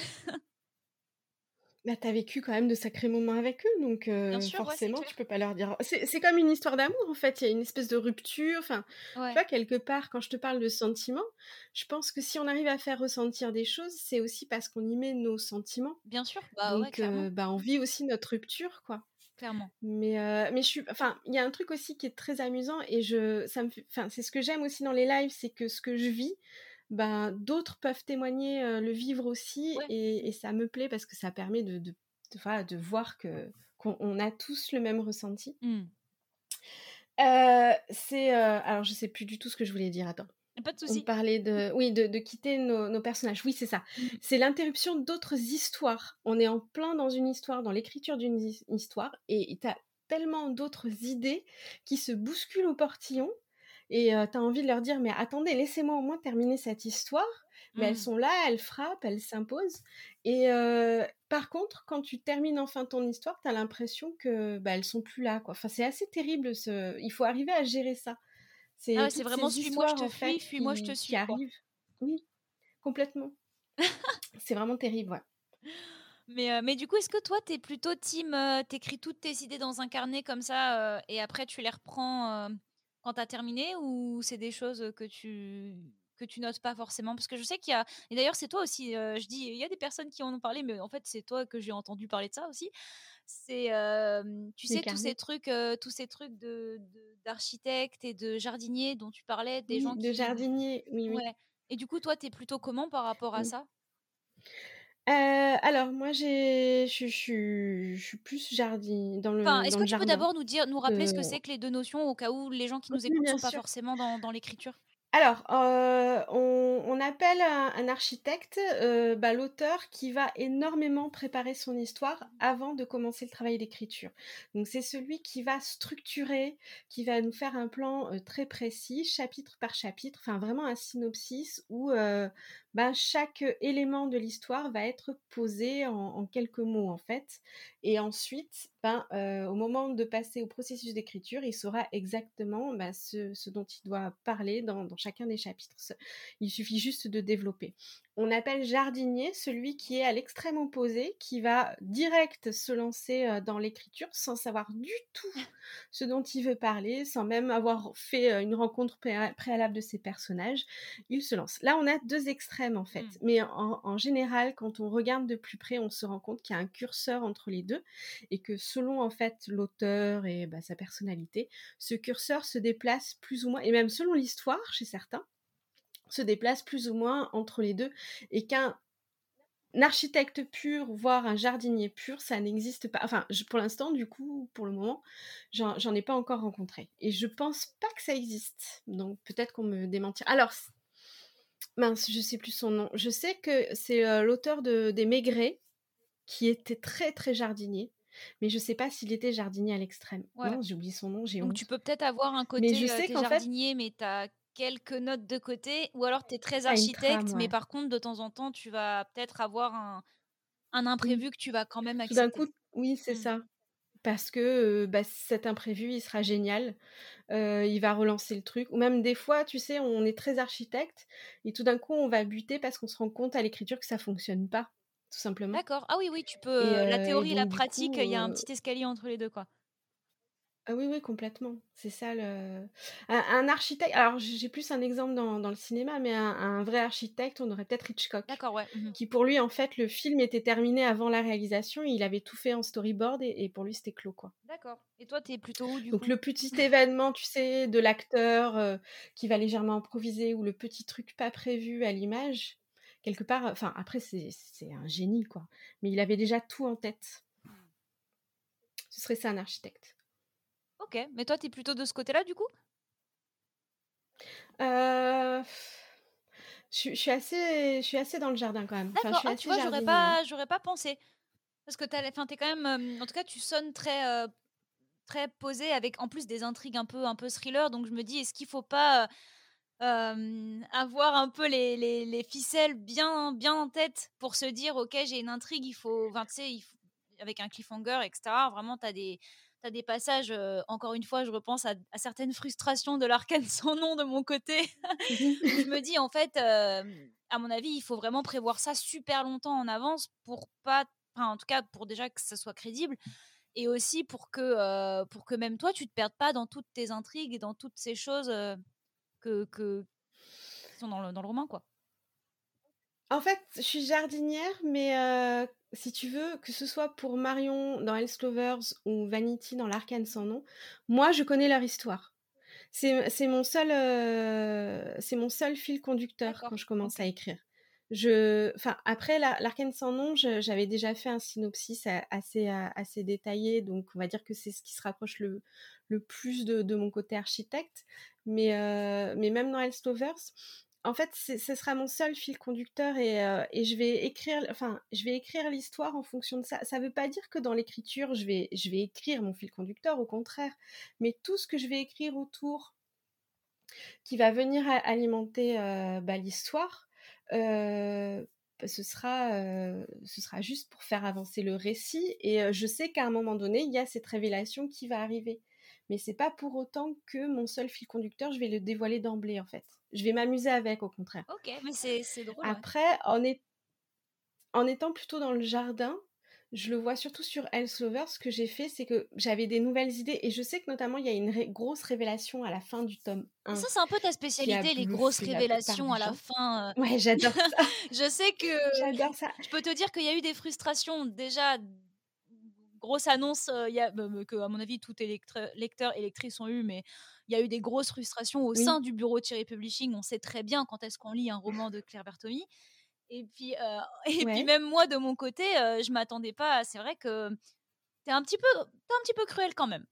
Bah, tu as vécu quand même de sacrés moments avec eux, donc Bien heu, sûr, ouais, c'est forcément, tu clair. peux pas leur dire c'est c'est comme une histoire d'amour, en fait, il y a une espèce de rupture, enfin, tu Ouais, vois, quelque part, quand je te parle de sentiments, je pense que si on arrive à faire ressentir des choses, c'est aussi parce qu'on y met nos sentiments, bien sûr, bah, ouais, donc clairement, heu, bah, on vit aussi notre rupture, quoi. clairement. Mais heu, mais je suis enfin, il y a un truc aussi qui est très amusant et je ça me fait enfin, c'est ce que j'aime aussi dans les lives, c'est que ce que je vis, ben, d'autres peuvent témoigner, heu, le vivre aussi Ouais. et et ça me plaît parce que ça permet de de de voilà, de voir que qu'on on a tous le même ressenti. Mmh. Heu, c'est, heu, alors je sais plus du tout ce que je voulais dire, attends. Y a pas de On souci. parlait de oui, de de quitter nos nos personnages. Oui, c'est ça. Mmh. C'est l'interruption d'autres histoires. On est en plein dans une histoire, dans l'écriture d'une his histoire et tu as tellement d'autres idées qui se bousculent au portillon et heu, tu as envie de leur dire: «Mais attendez, laissez-moi au moins terminer cette histoire». Mais elles Mmh. sont là, elles frappent, elles s'imposent et heu, par contre, quand tu termines enfin ton histoire, tu as l'impression que, bah, elles sont plus là, quoi. Enfin, c'est assez terrible ce il faut arriver à gérer ça. Ah C'est ouais, c'est toutes vraiment ces suis-moi, je histoires, te en fait, fuis, fuis-moi, je te qui qui suis, quoi. arrivent. Oui, complètement. C'est vraiment terrible, ouais. Mais heu, mais du coup, est-ce que toi, tu es plutôt team, heu, tu toutes tes idées dans un carnet comme ça, heu, et après tu les reprends, heu, quand tu as terminé ou c'est des choses, heu, que tu que tu notes pas forcément? Parce que je sais qu'il y a et d'ailleurs c'est toi aussi, heu, je dis il y a des personnes qui en ont parlé, mais en fait c'est toi que j'ai entendu parler de ça aussi. C'est, hem, tu Les sais tous ces carnets. trucs, heu, tous ces trucs de de d'architectes et de jardiniers dont tu parlais, des Oui, gens de qui jardinier, oui, oui. ouais et du coup toi, tu es plutôt comment par rapport à Mmh. ça? Heu, alors moi j'ai je je suis je suis plus jardin dans Enfin, le est-ce dans que le tu peux jardin d'abord nous dire nous rappeler que ce que c'est que les deux notions au cas où les gens qui nous oui, écoutent bien sont pas sûr. forcément dans dans l'écriture? Alors, heu, on on appelle un un architecte, heu, bah, l'auteur qui va énormément préparer son histoire avant de commencer le travail d'écriture. Donc c'est celui qui va structurer, qui va nous faire un plan, heu, très précis, chapitre par chapitre, enfin vraiment un synopsis où, heu, bah, chaque élément de l'histoire va être posé en en quelques mots, en fait et ensuite, ben, heu, au moment de passer au processus d'écriture, il saura exactement, bah, ce ce dont il doit parler dans dans chacun des chapitres. Ce il suffit juste de développer. On appelle jardinier celui qui est à l'extrême opposé, qui va direct se lancer, heu, dans l'écriture sans savoir du tout ce dont il veut parler, sans même avoir fait, heu, une rencontre préa préalable de ses personnages. Il se lance. Là, on a deux extrêmes, en fait, Mmh. mais en en général, quand on regarde de plus près, on se rend compte qu'il y a un curseur entre les deux et que selon, en fait, l'auteur et bah, sa personnalité, ce curseur se déplace plus ou moins et même selon l'histoire, chez certains, se déplace plus ou moins entre les deux et qu'un architecte pur, voire un jardinier pur, ça n'existe pas. Enfin, je pour l'instant, du coup, pour le moment, j'en j'en ai pas encore rencontré et je pense pas que ça existe, donc peut-être qu'on me démentira. Alors c mince, je sais plus son nom. Je sais que c'est, heu, l'auteur de des Maigret qui était très, très jardinier, mais je sais pas s'il était jardinier à l'extrême. Ouais, Mince, j'ai oublié son nom, j'ai donc tu honte. peux peut-être avoir un Mais je côté, heu, sais tu es qu'en fait jardinier, mais tu as quelques notes de côté ou alors tu es très tu une trame, architecte, mais ouais. par contre de temps en temps, tu vas peut-être avoir un un Oui. imprévu que tu vas quand même Tout d'un accepter. coup oui, c'est Mmh. ça. Parce que, heu, bah, cet imprévu, il sera génial. Heu, il va relancer le truc ou même des fois, tu sais, on est très architecte et tout d'un coup, on va buter parce qu'on se rend compte à l'écriture que ça fonctionne pas, tout simplement D'accord. Ah oui, oui, tu peux, et heu, la heu et théorie et la donc du pratique, coup, il y a un heu petit escalier entre les deux, quoi. Ah oui, oui, complètement. C'est ça le un un architecte alors j'ai j'ai plus un exemple dans dans le cinéma, mais un un vrai architecte, on aurait peut-être Hitchcock, D'accord, ouais. Mmh. qui pour lui, en fait, le film était terminé avant la réalisation. Il avait tout fait en storyboard et et pour lui, c'était clos, quoi. D'accord. Et toi, t'es plutôt où du Donc coup? le petit événement, tu sais, de l'acteur, heu, qui va légèrement improviser ou le petit truc pas prévu à l'image, quelque part, enfin après c'est c'est un génie, quoi, mais il avait déjà tout en tête. Mmh. Ce serait ça un architecte. OK, mais toi, t'es plutôt de ce côté-là du coup? Heu, je suis je suis assez je suis assez dans le jardin quand même. Enfin, je D'accord. suis Ah, tu assez vois, j'aurais jardinière, hein. pas j'aurais pas pensé. Parce que tu as enfin, tu es quand même, hem, en tout cas, tu sonnes très, heu, très posée avec en plus des intrigues un peu un peu thriller, donc je me dis: «Est-ce qu'il faut pas, heu, hem, avoir un peu les les les ficelles bien bien en tête pour se dire: "OK, j'ai une intrigue, il faut" enfin, tu sais, il faut avec un cliffhanger et cetera. Vraiment, tu as des tu des passages, heu, encore une fois, je repense à à certaines frustrations de l'Arcane sans nom de mon côté, où je me dis: «En fait, hem, à mon avis, il faut vraiment prévoir ça super longtemps en avance pour pas enfin, en tout cas, pour déjà que ça soit crédible et aussi pour que, heu, pour que même toi, tu te perdes pas dans toutes tes intrigues et dans toutes ces choses, heu, que que qui sont dans le dans le roman, quoi. En fait, je suis jardinière, mais heu, si tu veux, que ce soit pour Marion dans Hell's Clovers ou Vanity dans L'Arcane sans nom, moi, je connais leur histoire. C'est c'est mon seul, heu, c'est mon seul fil conducteur quand D'accord, je commence OK. à écrire. Je enfin, après la L'Arcane sans nom, je j'avais déjà fait un synopsis a assez, heu, assez détaillé, donc on va dire que c'est ce qui se rapproche le le plus de de mon côté architecte. Mais heu, mais même dans Hell's Clovers, en fait, c'est ce sera mon seul fil conducteur et heu et je vais écrire enfin, je vais écrire l'histoire en fonction de ça. Ça veut pas dire que dans l'écriture, je vais je vais écrire mon fil conducteur, au contraire. Mais tout ce que je vais écrire autour, qui va venir a alimenter, heu, bah, l'histoire, heu, bah, ce sera, heu, ce sera juste pour faire avancer le récit et heu, je sais qu'à un moment donné, il y a cette révélation qui va arriver. Mais c'est pas pour autant que mon seul fil conducteur, je vais le dévoiler d'emblée, en fait. Je vais m'amuser avec, au contraire. OK, mais c'est c'est drôle, ouais. Après, en é en étant plutôt dans le jardin, je le vois surtout sur Hell's Lovers, ce que j'ai fait, c'est que j'avais des nouvelles idées et je sais que notamment il y a une ré grosse révélation à la fin du tome Et ça, un c'est un peu ta qui a spécialité, les grosses bluffé la plupart révélations des à la gens. fin, heu. Ouais, j'adore ça, Je sais que j'adore ça. je peux te dire qu'il y a eu des frustrations déjà, grosse annonce, heu, il y a me me que à mon avis tout électre lecteur et lectrice ont eu, mais il y a eu des grosses frustrations au sein Oui, du bureau Thierry Publishing. On sait très bien quand est-ce qu'on lit un roman de Claire Bertomy et puis, heu et puis ouais, même moi de mon côté, heu, je m'attendais pas à c'est vrai que tu es un petit peu tu un petit peu cruel quand même.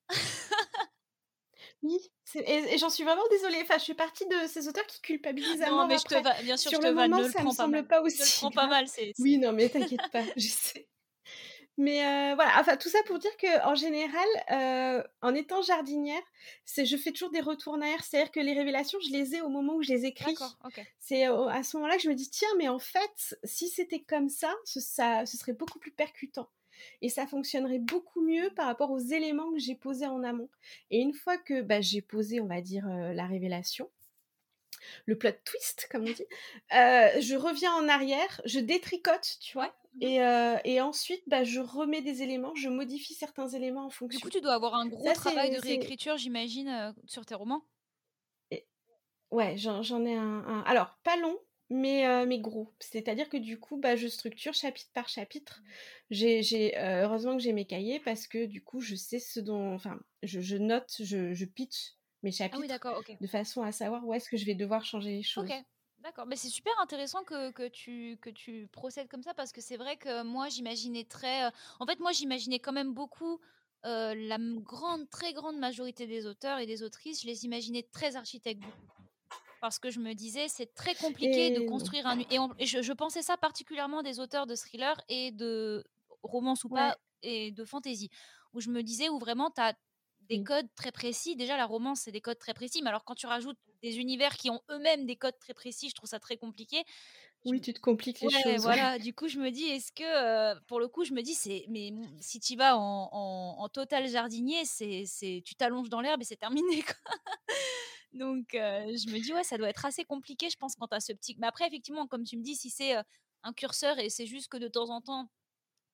oui, c'est et et j'en suis vraiment désolée. Enfin, je fais partie de ces auteurs qui culpabilisent à Non, mort mais je te après. va bien sûr, je Sur te le vanne, moment, ne le ça me prends pas mal. semble pas Ne le aussi prends pas grave. mal, c'est c'est Oui, non, mais t'inquiète pas, je sais. Mais heu, voilà, enfin tout ça pour dire qu'en général, heu, en étant jardinière, c'est je fais toujours des retours en arrière. C'est-à-dire que les révélations, je les ai au moment où je les écris. d'accord, OK. C'est au à ce moment-là que je me dis: «Tiens, mais en fait, si c'était comme ça, ce ça ce serait beaucoup plus percutant et ça fonctionnerait beaucoup mieux par rapport aux éléments que j'ai posés en amont» et une fois que, bah, j'ai posé, on va dire, heu, la révélation, le plot twist comme on dit, heu, je reviens en arrière, je détricote, tu Ouais. vois? Mmh. Et heu et ensuite, bah, je remets des éléments, je modifie certains éléments en Du coup, fonction. tu dois avoir un gros Ça travail c'est de c'est réécriture, j'imagine, heu, sur tes romans? et ouais, j'en j'en ai un un alors pas long, mais heu, mais gros. C'est-à-dire que du coup, bah, je structure chapitre par chapitre. J'ai j'ai, heu, heureusement que j'ai mes cahiers parce que du coup, je sais ce dont enfin, je je note, je je pitch mes Ah oui, chapitres d'accord, OK. de façon à savoir où est-ce que je vais devoir changer les OK, choses. d'accord. Mais c'est super intéressant que que tu que tu procèdes comme ça parce que c'est vrai que moi j'imaginais très, heu en fait moi j'imaginais quand même beaucoup, heu, la m grande, très grande majorité des auteurs et des autrices, je les imaginais très architectes du coup. Parce que je me disais: «C'est très compliqué de Et non. construire un u» et en et je je pensais ça particulièrement des auteurs de thrillers et de romance ou pas Ouais, et de fantasy. Où je me disais où vraiment tu as des oui. codes très précis. Déjà la romance, c'est des codes très précis, mais alors quand tu rajoutes des univers qui ont eux-mêmes des codes très précis, je trouve ça très compliqué. Je Oui, tu te compliques les Ouais, choses, ouais. voilà, du coup, je me dis: «Est-ce que», heu, pour le coup, je me dis: «C'est mais mmh, si tu y vas en en en total jardinier, c'est c'est tu t'allonges dans l'herbe et c'est terminé, quoi». Donc heu, je me dis: «Ouais, ça doit être assez compliqué, je pense, quand tu as ce petit» mais après, effectivement, comme tu me dis, si c'est, heu, un curseur et c'est juste que de temps en temps,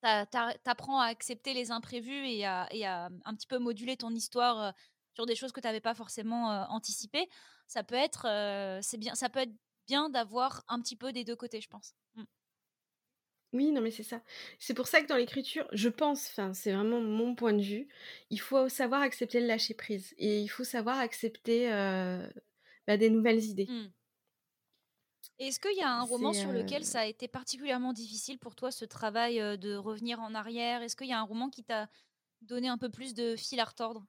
t'a t'a tu à accepter les imprévus et à et à, mmh, un petit peu moduler ton histoire, heu, sur des choses que tu avais pas forcément, heu, anticipées. Ça peut être, heu, c'est bien ça peut être bien d'avoir un petit peu des deux côtés, je pense. Mmh. Oui, non, mais c'est ça. C'est pour ça que dans l'écriture, je pense, enfin, c'est vraiment mon point de vue, il faut savoir accepter le lâcher prise et il faut savoir accepter, heu, bah, des nouvelles idées. Mmh. Et est-ce qu'il y a un roman C'est, sur lequel heu ça a été particulièrement difficile pour toi, ce travail, heu, de revenir en arrière? Est-ce qu'il y a un roman qui t'a donné un peu plus de fil à retordre?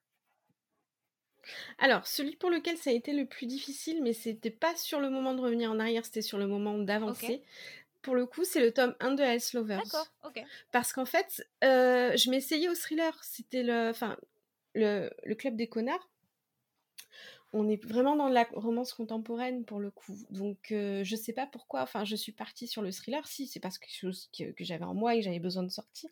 alors celui pour lequel ça a été le plus difficile, mais c'était pas sur le moment de revenir en arrière, c'était sur le moment OK. d'avancer. Pour le coup, c'est le tome un de Ice D'accord, Lovers. OK. Parce qu'en fait, heu, je m'essayais au thriller. C'était le enfin, le le Club des connards. On est vraiment dans la romance contemporaine pour le coup. Donc heu, je sais pas pourquoi, enfin, je suis partie sur le thriller. Si, c'est parce que quelque chose que que j'avais en moi et que j'avais besoin de sortir.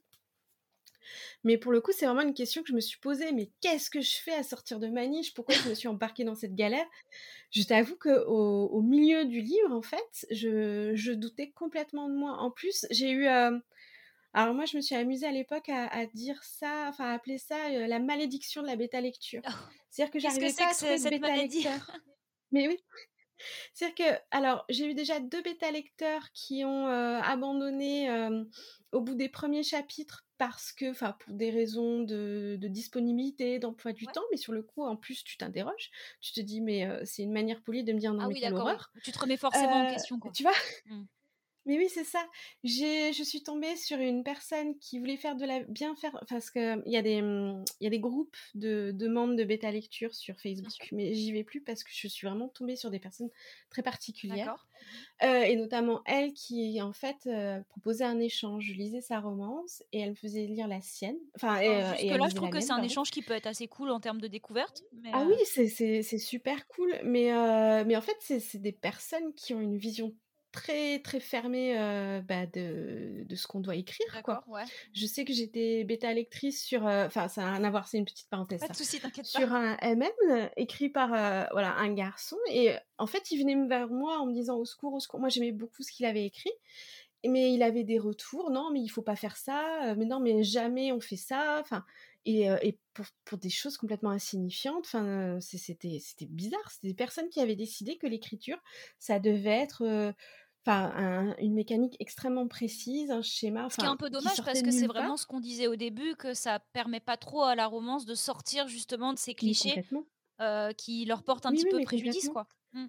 Mais pour le coup, c'est vraiment une question que je me suis posée: «Mais qu'est-ce que je fais à sortir de ma niche? Pourquoi je me suis embarquée dans cette galère?» Je t'avoue qu'au au milieu du livre, en fait, je je doutais complètement de moi. En plus, j'ai eu, hem alors moi, je me suis amusée à l'époque à à dire ça, enfin à appeler ça, heu, la malédiction de la bêta lecture. C'est-à-dire que Qu'est-ce que j'arrivais c'est pas que à ce trouver de cette bêta maladie? lecteur. Mais oui, c'est-à-dire que alors j'ai eu déjà deux bêta lecteurs qui ont, heu, abandonné, hem, au bout des premiers chapitres parce que enfin pour des raisons de de disponibilité, d'emploi du Ouais. temps, mais sur le coup, en plus, tu t'interroges. Tu te dis: «Mais, heu, c'est une manière polie de me dire: "Non Ah mais oui, quelle d'accord, oui. horreur"». Tu te remets forcément en Heu, question, quoi. tu vois? Mmh. Mais oui, c'est ça. J'ai je suis tombée sur une personne qui voulait faire de la bien faire parce qu'il y a des, mmh, il y a des groupes de demandes de bêta lecture sur Bien sûr. Facebook, mais j'y vais plus parce que je suis vraiment tombée sur des personnes très particulières, D'accord. Mmh. heu et notamment elle qui, en fait, heu, proposait un échange. Je lisais sa romance et elle me faisait lire la sienne, enfin et Alors heu et elle jusque-là, je lisait trouve la que c'est mienne, un pardon. échange qui peut être assez cool en termes de découverte, mais Ah oui, heu c'est c'est c'est super cool, mais heu, mais en fait, c'est c'est des personnes qui ont une vision très, très fermée, heu, bah, de de ce qu'on doit écrire, quoi. d'accord, ouais. Je sais que j'étais bêta lectrice sur, heu enfin, ça n'a rien à voir, c'est une petite parenthèse Pas de ça, souci, t'inquiète pas. sur un M M écrit par, heu, voilà, un garçon et en fait, il venait vers moi en me disant: «Au secours, au secours». Moi, j'aimais beaucoup ce qu'il avait écrit, mais il avait des retours: «Non, mais il faut pas faire ça, heu, mais non, mais jamais on fait ça», enfin et heu et pour pour des choses complètement insignifiantes, enfin, heu, c'est c'était c'était bizarre. C'était des personnes qui avaient décidé que l'écriture, ça devait être, heu, enfin, un une mécanique extrêmement précise, un schéma, Ce qui est un enfin, peu qui dommage sortait parce de que c'est nulle vraiment ce part. qu'on disait au début, que ça permet pas trop à la romance de sortir justement de ces Mais clichés, complètement. heu, qui leur portent un Oui, petit oui, peu mais préjudice, complètement. quoi. Mmh.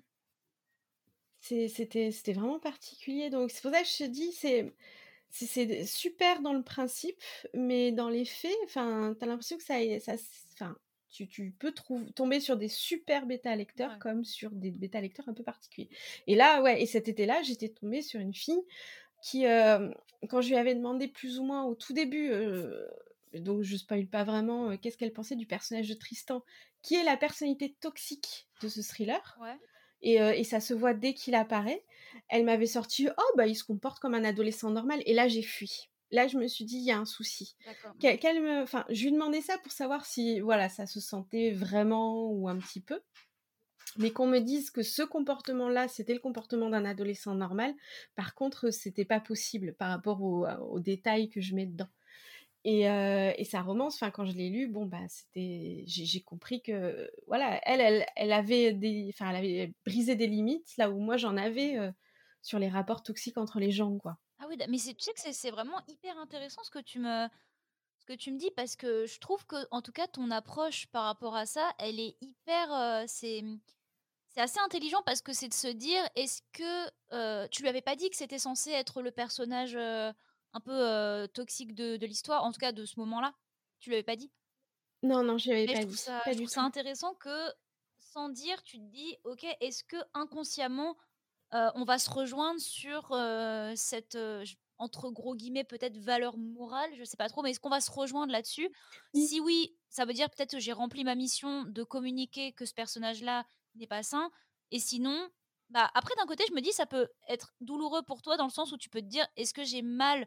C'est c'était c'était vraiment particulier, donc c'est pour ça que je te dis, c'est c'est c'est super dans le principe, mais dans les faits, enfin, tu as l'impression que ça est ça s enfin, tu tu peux trouv tomber sur des super bêta lecteurs Ouais. comme sur des bêta lecteurs un peu particuliers. Et là, ouais, et cet été-là, j'étais tombée sur une fille qui, hem, quand je lui avais demandé plus ou moins au tout début, heu, donc je spoil pas vraiment, heu, qu'est-ce qu'elle pensait du personnage de Tristan, qui est la personnalité toxique de ce thriller. Ouais. Et heu et ça se voit dès qu'il apparaît. Elle m'avait sorti: «Oh bah, il se comporte comme un adolescent normal» et là j'ai fui. Là je me suis dit: «Il y a un souci». D'accord. Mmh. Qu'elle qu'elle me enfin, je lui demandais ça pour savoir si, voilà, ça se sentait vraiment ou un petit peu, mais qu'on me dise que ce comportement-là, c'était le comportement d'un adolescent normal, par contre, c'était pas possible par rapport aux, aux détails que je mets dedans. Et heu et sa romance, enfin quand je l'ai lue, bon bah, c'était j'ai j'ai compris que voilà, elle elle elle avait des enfin elle avait brisé des limites là où moi j'en avais, heu, sur les rapports toxiques entre les gens, quoi. Ah oui, da mais c'est tu sais que c'est c'est vraiment hyper intéressant ce que tu me ce que tu me dis parce que je trouve que en tout cas ton approche par rapport à ça, elle est hyper, heu, c'est, mmh, c'est assez intelligent parce que c'est de se dire: «Est-ce que» heu, tu lui avais pas dit que c'était censé être le personnage, heu, un peu, heu, toxique de de l'histoire, en tout cas de ce moment-là? Tu lui avais pas dit? Non, non, je lui avais Mais je pas trouve dit, ça pas je du trouve ça tout. intéressant que, sans dire, tu te dis: «OK, est-ce que inconsciemment Heu, on va se rejoindre sur, heu, cette, heu, j entre gros guillemets peut-être «valeur morale», je sais pas trop, mais est-ce qu'on va se rejoindre là-dessus? Oui. Si oui, ça veut dire peut-être que j'ai rempli ma mission de communiquer que ce personnage-là n'est pas sain et sinon, bah, après d'un côté je me dis ça peut être douloureux pour toi dans le sens où tu peux te dire: «Est-ce que j'ai mal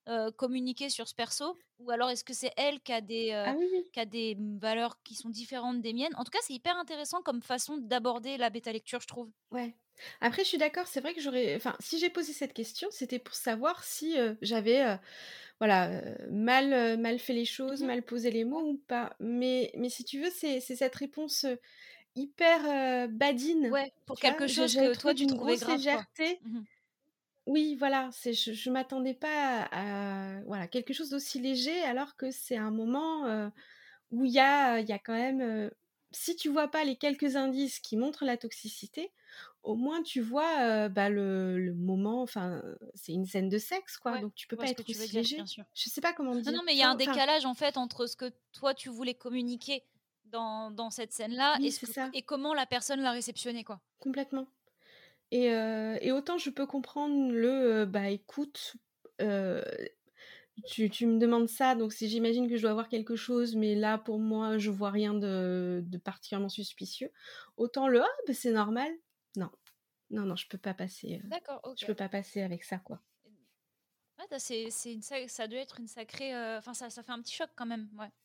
heu, communiquer sur ce perso? Ou alors est-ce que c'est elle qui a des, heu, Ah oui, oui. qui a des, mmh, valeurs qui sont différentes des miennes? En tout cas, c'est hyper intéressant comme façon d'aborder la bêta lecture, je trouve. Ouais. Après, je suis d'accord, c'est vrai que j'aurais enfin, si j'ai posé cette question, c'était pour savoir si, heu, j'avais, heu, voilà, heu, mal, heu, mal fait les choses, Mmh. mal posé les Ouais. mots ou pas. Mais mais si tu veux, c'est c'est cette réponse, heu, hyper, heu, badine, Ouais, pour tu vois? quelque Je chose j'avais que trouvé toi tu d'une trouvais grosse grave, quoi. légèreté. Mmh. Oui, voilà, c'est je je m'attendais pas à à voilà, quelque chose d'aussi léger alors que c'est un moment, heu, où il y a, il y a quand même, heu, si tu vois pas les quelques indices qui montrent la toxicité, au moins tu vois, heu, bah, le le moment enfin, c'est une scène de sexe quoi, Ouais, donc tu je peux vois pas ce que être tu veux aussi dire, bien léger. sûr. Je sais pas comment Non, dire, non, mais il y tu a un vois? Enfin décalage en fait entre ce que toi tu voulais communiquer dans dans cette scène-là et oui, ce c'est que ça, et comment la personne l'a réceptionné, quoi. complètement et heu et autant je peux comprendre le, heu, bah, écoute, heu Tu tu me demandes ça, donc si j'imagine que je dois avoir quelque chose, mais là, pour moi, je vois rien de de particulièrement suspicieux. Autant le: «Ah, beh, c'est normal», non, non, non, je peux pas passer, heu, D'accord, je OK. peux pas passer avec ça, quoi. Ouais, tu c'est c'est une sa ça doit être une sacrée, heu, enfin ça ça fait un petit choc quand même, ouais.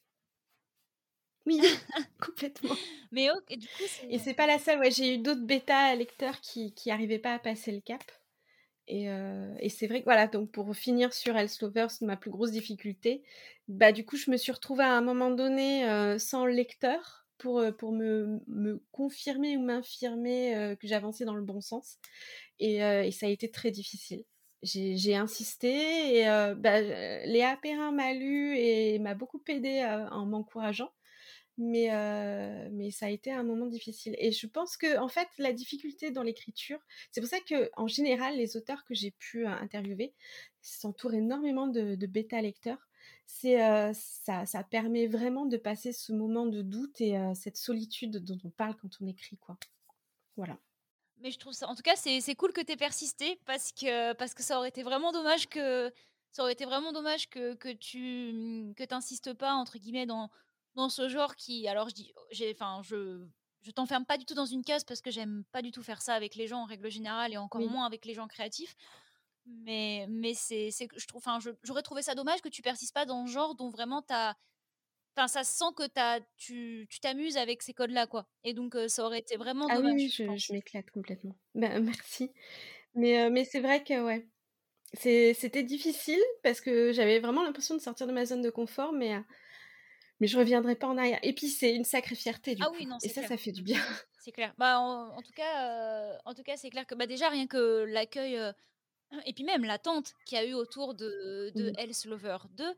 Oui, complètement Mais OK, du coup c'est et c'est pas la seule, ouais, j'ai eu d'autres bêta lecteurs qui qui arrivaient pas à passer le cap et heu et c'est vrai que, voilà, donc pour finir sur Hells ma plus grosse difficulté, bah, du coup, je me suis retrouvée à un moment donné, heu, sans lecteur pour, heu, pour me me confirmer ou m'infirmer, heu, que j'avançais dans le bon sens et heu et ça a été très difficile. J'ai j'ai insisté et heu, bah, heu, Léa Perrin m'a lu et m'a beaucoup aidée, heu, en m'encourageant. Mais heu, mais ça a été un moment difficile et je pense que en fait, la difficulté dans l'écriture c'est pour ça qu'en général, les auteurs que j'ai pu, heu, interviewer s'entourent énormément de de bêta-lecteurs. C'est, heu, ça ça permet vraiment de passer ce moment de doute et heu, cette solitude dont on parle quand on écrit, quoi. Voilà. mais je trouve ça en tout cas, c'est c'est cool que tu aies persisté parce que parce que ça aurait été vraiment dommage que ça aurait été vraiment dommage que que tu, mmh, que tu «insistes pas» entre guillemets dans dans ce genre qui alors je dis j'ai enfin je je t'enferme pas du tout dans une case parce que j'aime pas du tout faire ça avec les gens en règle générale et encore Oui. moins avec les gens créatifs. Mais mais c'est c'est que je trouve enfin je j'aurais trouvé ça dommage que tu persistes pas dans le genre dont vraiment tu enfin ça se sent que tu tu tu t'amuses avec ces codes-là, quoi et donc heu, ça aurait été vraiment Ah oui, oui, dommage, je je je pense. m'éclate complètement. Ben, merci. Mais heu, mais c'est vrai que ouais, c'est c'était difficile parce que j'avais vraiment l'impression de sortir de ma zone de confort mais heu Mais je reviendrai pas en arrière et puis c'est une sacrée fierté du Ah coup oui, non, et c'est ça, clair. ça fait du Mmh. bien. C'est clair. Bah, en en tout cas, heu, en tout cas, c'est clair que, bah, déjà rien que l'accueil, heu et puis même l'attente qu'il y a eu autour de de Mmh. Hell's Lover deux, heu,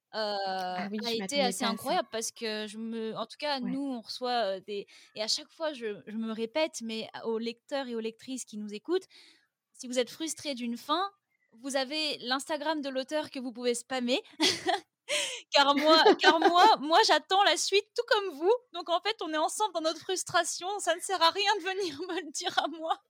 Ah oui, a je été m'attendais assez pas à ça. incroyable parce que je me en tout cas, Ouais. nous, on reçoit, heu, des et à chaque fois, je je me répète, mais aux lecteurs et aux lectrices qui nous écoutent, si vous êtes frustrés d'une fin, vous avez l'Instagram de l'auteur que vous pouvez spammer. Car moi car moi moi j'attends la suite tout comme vous, donc en fait, on est ensemble dans notre frustration, ça ne sert à rien de venir me le dire à moi.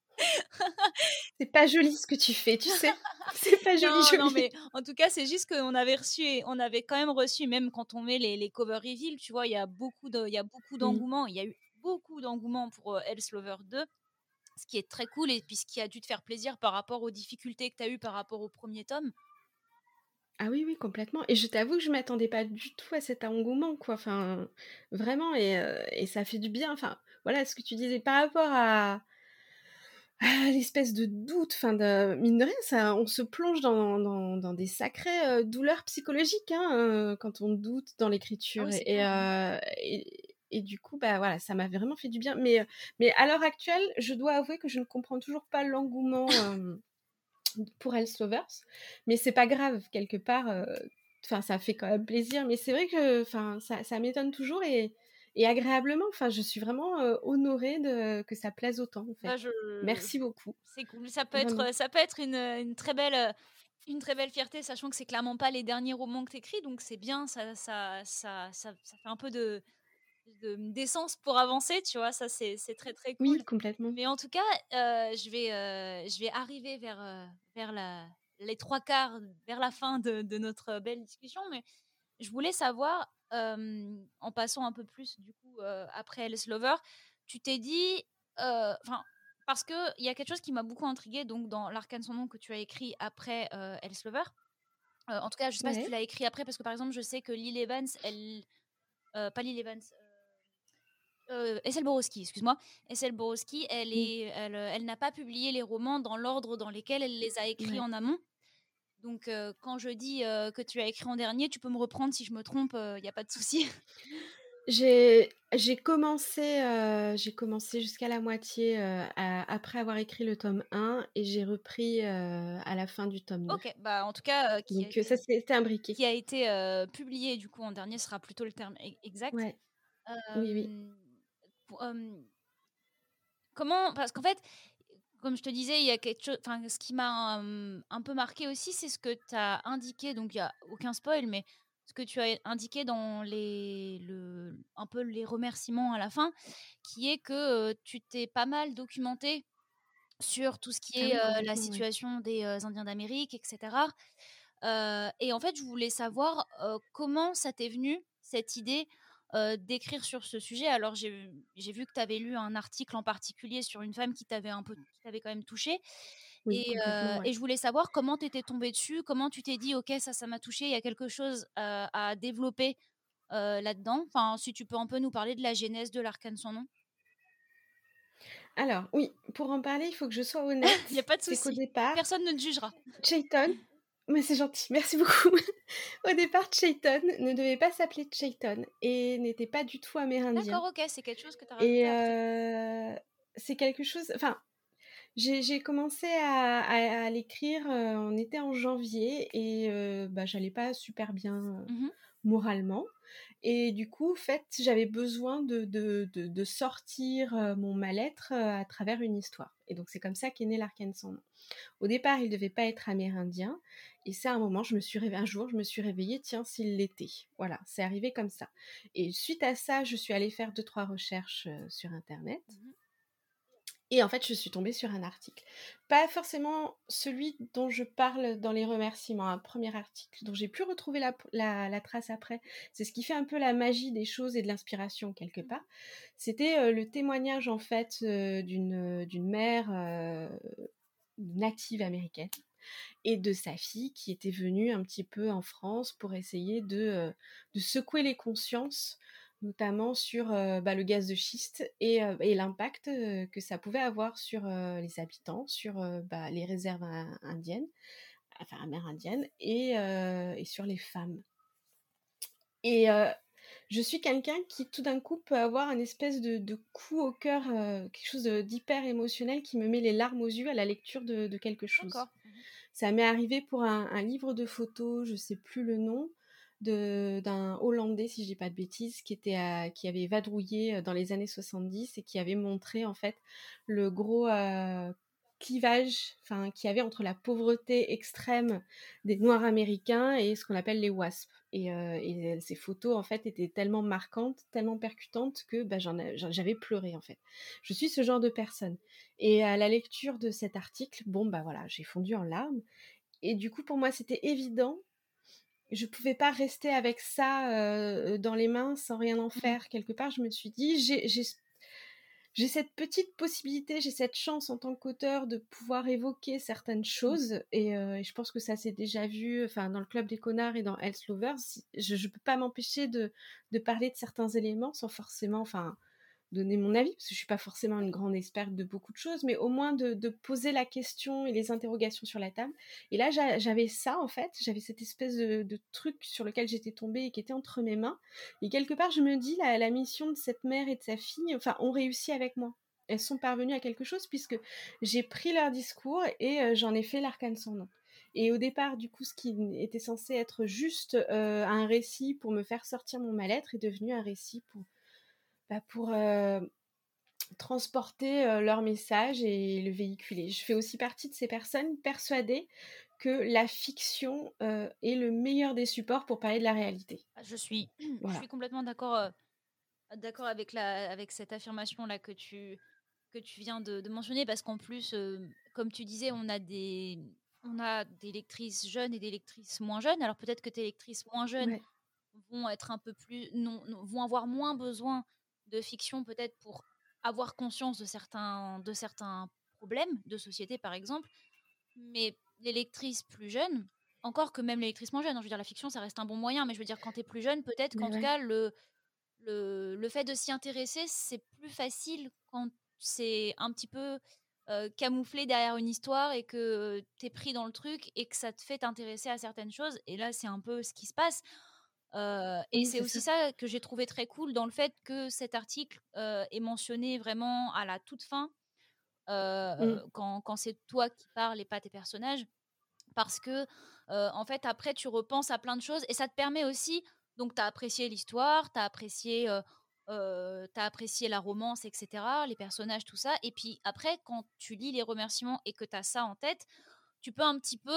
C'est pas joli ce que tu fais, tu sais? C'est pas joli, Non, non, joli. mais en tout cas, c'est juste qu'on avait reçu on avait quand même reçu, même quand on met les les cover reveal, tu vois, il y a beaucoup de il y a beaucoup Oui. d'engouement. Il y a eu beaucoup d'engouement pour, heu, Hell's Lover deux, ce qui est très cool et puis ce qui a dû te faire plaisir par rapport aux difficultés que tu as eues par rapport au premier tome. Ah oui, oui, complètement et je t'avoue que je m'attendais pas du tout à cet engouement quoi, enfin, vraiment et heu et ça fait du bien. Enfin, voilà, ce que tu disais par rapport à à l'espèce de doute, enfin de mine de rien, ça on se plonge dans dans dans des sacrées, heu, douleurs psychologiques, hein, heu, quand on doute dans Ah l'écriture oui, et c'est et clair, hein. heu et et du coup, bah, voilà, ça m'a vraiment fait du bien. Mais, heu, mais à l'heure actuelle, je dois avouer que je ne comprends toujours pas l'engouement, hem, pour Hells Lovers, mais c'est pas grave quelque part, heu, enfin ça fait quand même plaisir. Mais c'est vrai que, enfin, ça ça m'étonne toujours et et agréablement. Enfin, je suis vraiment, heu, honorée de que ça plaise autant, en Bah, fait. je Merci beaucoup, c'est cool. Ça peut vraiment. être, ça peut être une, une très belle, heu, une très belle fierté, sachant que c'est clairement pas les derniers romans que tu écris, donc c'est bien, ça ça ça ça ça fait un peu de de d'essence pour avancer, tu vois? Ça, c'est c'est très, très Oui, cool. complètement. Mais en tout cas, heu, je vais, heu, je vais arriver vers, heu, vers la les trois quarts, vers la fin de de notre belle discussion, mais je voulais savoir, hem, en passant un peu plus du coup, heu, après Hell's Lover, tu t'es dit, heu, enfin, parce qu'il y a quelque chose qui m'a beaucoup intriguée donc dans L'Arcane sans nom que tu as écrit après, heu, Hell's Lover, Heu, en tout cas, je sais pas si tu Ouais. l'as écrit après parce que, par exemple, je sais que Lily Evans, elle heu, pas Lily Evans, heu heu, Ethel Borowski, excuse-moi. Ethel Borowski, elle Mmh. est elle, heu, elle n'a pas publié les romans dans l'ordre dans lesquels elle les a écrits Ouais. en amont. Donc heu, quand je dis, heu, que tu as écrit en dernier, tu peux me reprendre si je me trompe, il y a pas de souci. J'ai j'ai commencé, heu, j'ai commencé jusqu'à la moitié, heu, a après avoir écrit le tome un et j'ai repris, heu, à la fin du tome deux. OK, bah, en tout cas, heu, qui a Donc heu, ça été c'était imbriqué. qui a été, heu, publié du coup en dernier sera plutôt le terme e exact. Ouais. Oui, oui. Hem, pour, hem comment parce qu'en fait, comme je te disais, il y a quelque chose enfin, ce qui m'a, hem, un peu marqué aussi, c'est ce que tu as indiqué, donc il y a aucun spoil, mais ce que tu as indiqué dans les le un peu les remerciements à la fin, qui est que, heu, tu t'es pas mal documenté sur tout ce qui Ah est, oui, heu, la complètement, ouais. situation des, heu, Indiens d'Amérique et cetera. Heu et en fait, je voulais savoir, heu, comment ça t'est venu cette idée, heu, d'écrire sur ce sujet? Alors j'ai j'ai vu que tu avais lu un article en particulier sur une femme qui t'avait un peu qui t'avait quand même touchée Oui, et complètement, heu ouais. et je voulais savoir comment tu étais tombée dessus? Comment tu t'es dit: «OK, ça, ça m'a touchée, il y a quelque chose, heu, à développer, heu, là-dedans?» Enfin, si tu peux un peu nous parler de la genèse de L'Arcane sans nom? Alors oui, pour en parler, il faut que je sois Il y a honnête, pas de c'est qu'au souci, départ, personne ne te jugera. Chayton mais c'est gentil, merci beaucoup. Au départ, Chayton ne devait pas s'appeler Chayton et n'était pas du tout amérindien D'accord, OK, c'est quelque chose que tu as et rajouté après. heu, c'est quelque chose enfin, j'ai j'ai commencé à à à l'écrire, heu, on était en janvier et heu, bah, j'allais pas super bien, heu, Mmh mh. moralement et du coup, en fait, j'avais besoin de de de de sortir, heu, mon mal-être, heu, à travers une histoire et donc c'est comme ça qu'est né L'Arcane sans nom. Au départ, il devait pas être amérindien et c'est à un moment, je me suis réveillée un jour, je me suis réveillée, tiens, s'il l'était. Voilà, c'est arrivé comme ça et suite à ça, je suis allée faire deux trois recherches, heu, sur internet Mmh mh. et en fait, je suis tombée sur un article. Pas forcément celui dont je parle dans les remerciements, un premier article dont j'ai pu retrouver la p la la trace après. C'est ce qui fait un peu la magie des choses et de l'inspiration quelque Mmh mh. part. C'était, heu, le témoignage en fait, heu, d'une, heu, d'une mère, heu, native américaine et de sa fille qui était venue un petit peu en France pour essayer de, heu, de secouer les consciences, notamment sur, heu, bah, le gaz de schiste et heu et l'impact, heu, que ça pouvait avoir sur, heu, les habitants, sur, heu, bah, les réserves in indiennes, enfin amérindiennes et heu et sur les femmes. Et heu, je suis quelqu'un qui tout d'un coup peut avoir un espèce de de coup au cœur, heu, quelque chose de d'hyper émotionnel qui me met les larmes aux yeux à la lecture de de quelque chose. D'accord. Mmh mh. Ça m'est arrivé pour un un livre de photos, je sais plus le nom, de d'un Hollandais, si je dis pas de bêtises, qui était à qui avait vadrouillé, heu, dans les années soixante-dix et qui avait montré en fait le gros, heu, clivage, enfin, qu'il y avait entre la pauvreté extrême des noirs américains et ce qu'on appelle les WASP et heu et ces photos en fait étaient tellement marquantes, tellement percutantes que, bah, j'en a j'en j'avais pleuré en fait. Je suis ce genre de personne et à la lecture de cet article, bon, bah, voilà, j'ai fondu en larmes et du coup, pour moi, c'était évident. Je pouvais pas rester avec ça, heu, dans les mains sans rien en Mmh. faire. Quelque part, je me suis dit: «J'ai j'ai c j'ai cette petite possibilité, j'ai cette chance en tant qu'auteur de pouvoir évoquer certaines Mmh. choses» et heu et je pense que ça s'est déjà vu, enfin, dans Le Club des connards et dans Hells Lovers. Je je peux pas m'empêcher de de parler de certains éléments sans forcément, enfin, donner mon avis, parce que je suis pas forcément une grande experte de beaucoup de choses, mais au moins de de poser la question et les interrogations sur la table et là, j'a j'avais ça, en fait, j'avais cette espèce de de truc sur lequel j'étais tombée et qui était entre mes mains et quelque part, je me dis: «La la mission de cette mère et de sa fille, enfin, ont réussi avec moi». Elles sont parvenues à quelque chose puisque j'ai pris leur discours et heu, j'en ai fait l'arcane sans nom et au départ, du coup, ce qui n était censé être juste, heu, un récit pour me faire sortir mon mal-être est devenu un récit pour, bah, pour, heu, transporter, heu, leur message et le véhiculer. Je fais aussi partie de ces personnes persuadées que la fiction, heu, est le meilleur des supports pour parler de la réalité. Ah, je suis je Voilà. suis complètement d'accord, heu, d'accord avec la avec cette affirmation-là que tu que tu viens de de mentionner parce qu'en plus, heu, comme tu disais, on a des on a des lectrices jeunes et des lectrices moins jeunes. Alors peut-être que tes lectrices moins jeunes Ouais. vont être un peu plus non non vont avoir moins besoin de fiction peut-être pour avoir conscience de certains de certains problèmes de société, par exemple. Mais les lectrices plus jeunes, encore que même les lectrices moins jeunes, hein, je veux dire la fiction ça reste un bon moyen, mais je veux dire quand tu es plus jeune, peut-être Mais qu'en tout ouais. cas le le le fait de s'y intéresser, c'est plus facile quand c'est un petit peu, heu, camouflé derrière une histoire et que tu es pris dans le truc et que ça te fait t'intéresser à certaines choses et là, c'est un peu ce qui se passe. Heu et Oui, c'est c'est aussi ça. ça que j'ai trouvé très cool dans le fait que cet article, heu, est mentionné vraiment à la toute fin, Mmh. heu, quand quand c'est toi qui parles et pas tes personnages. Parce que, heu, en fait, après tu repenses à plein de choses et ça te permet aussi donc tu as apprécié l'histoire, tu as apprécié, heu heu, tu as apprécié la romance et cetera, les personnages, tout ça et puis après quand tu lis les remerciements et que tu as ça en tête, tu peux un petit peu,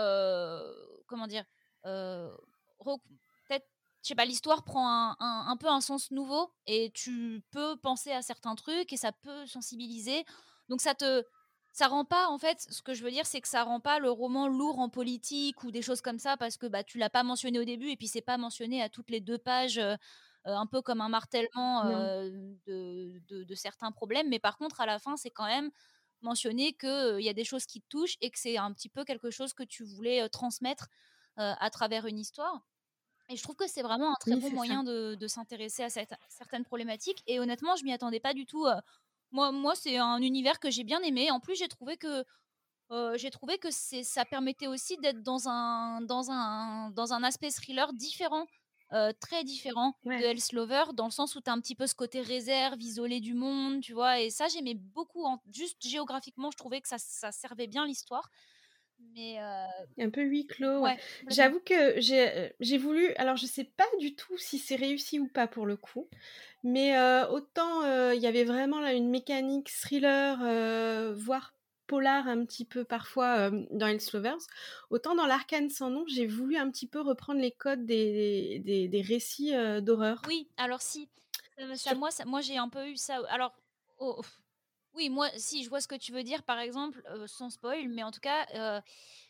heu, comment dire? Heu, rec peut-être, je sais pas, l'histoire prend un un un peu un sens nouveau et tu peux penser à certains trucs et ça peut sensibiliser. Donc ça te ça rend pas en fait, ce que je veux dire, c'est que ça rend pas le roman lourd en politique ou des choses comme ça parce que, bah, tu l'as pas mentionné au début et puis c'est pas mentionné à toutes les deux pages, heu heu, un peu comme un martèlement, Non. heu, de de de certains problèmes. Mais par contre, à la fin, c'est quand même mentionné que, heu, il y a des choses qui te touchent et que c'est un petit peu quelque chose que tu voulais, heu, transmettre, heu, à travers une histoire. Et je trouve que c'est vraiment un très Oui, bon c'est ça. moyen de de s'intéresser à cette certaines problématiques et honnêtement, je m'y attendais pas du tout, heu. Moi moi, c'est un univers que j'ai bien aimé. En plus, j'ai trouvé que, heu, j'ai trouvé que c'est ça permettait aussi d'être dans un dans un dans un aspect thriller différent, heu, très différent de Ouais. Elselover, dans le sens où tu as un petit peu ce côté réserve, isolé du monde, tu vois? Et ça, j'aimais beaucoup en juste géographiquement, je trouvais que ça ça servait bien l'histoire. Mais heu, Un peu huis clos, ouais. ouais, complètement. J'avoue que j'ai, heu, j'ai voulu alors je sais pas du tout si c'est réussi ou pas pour le coup, mais heu, autant, heu, il y avait vraiment là une mécanique thriller, heu, voire polar un petit peu parfois, hem, dans Elselovers, autant dans l'Arcane sans nom, j'ai voulu un petit peu reprendre les codes des des des récits, heu, d'horreur. Oui, alors si, heu, ça Sur moi ça moi j'ai un peu eu ça alors, oh, oui, moi si, je vois ce que tu veux dire, par exemple, heu, sans spoil, mais en tout cas, heu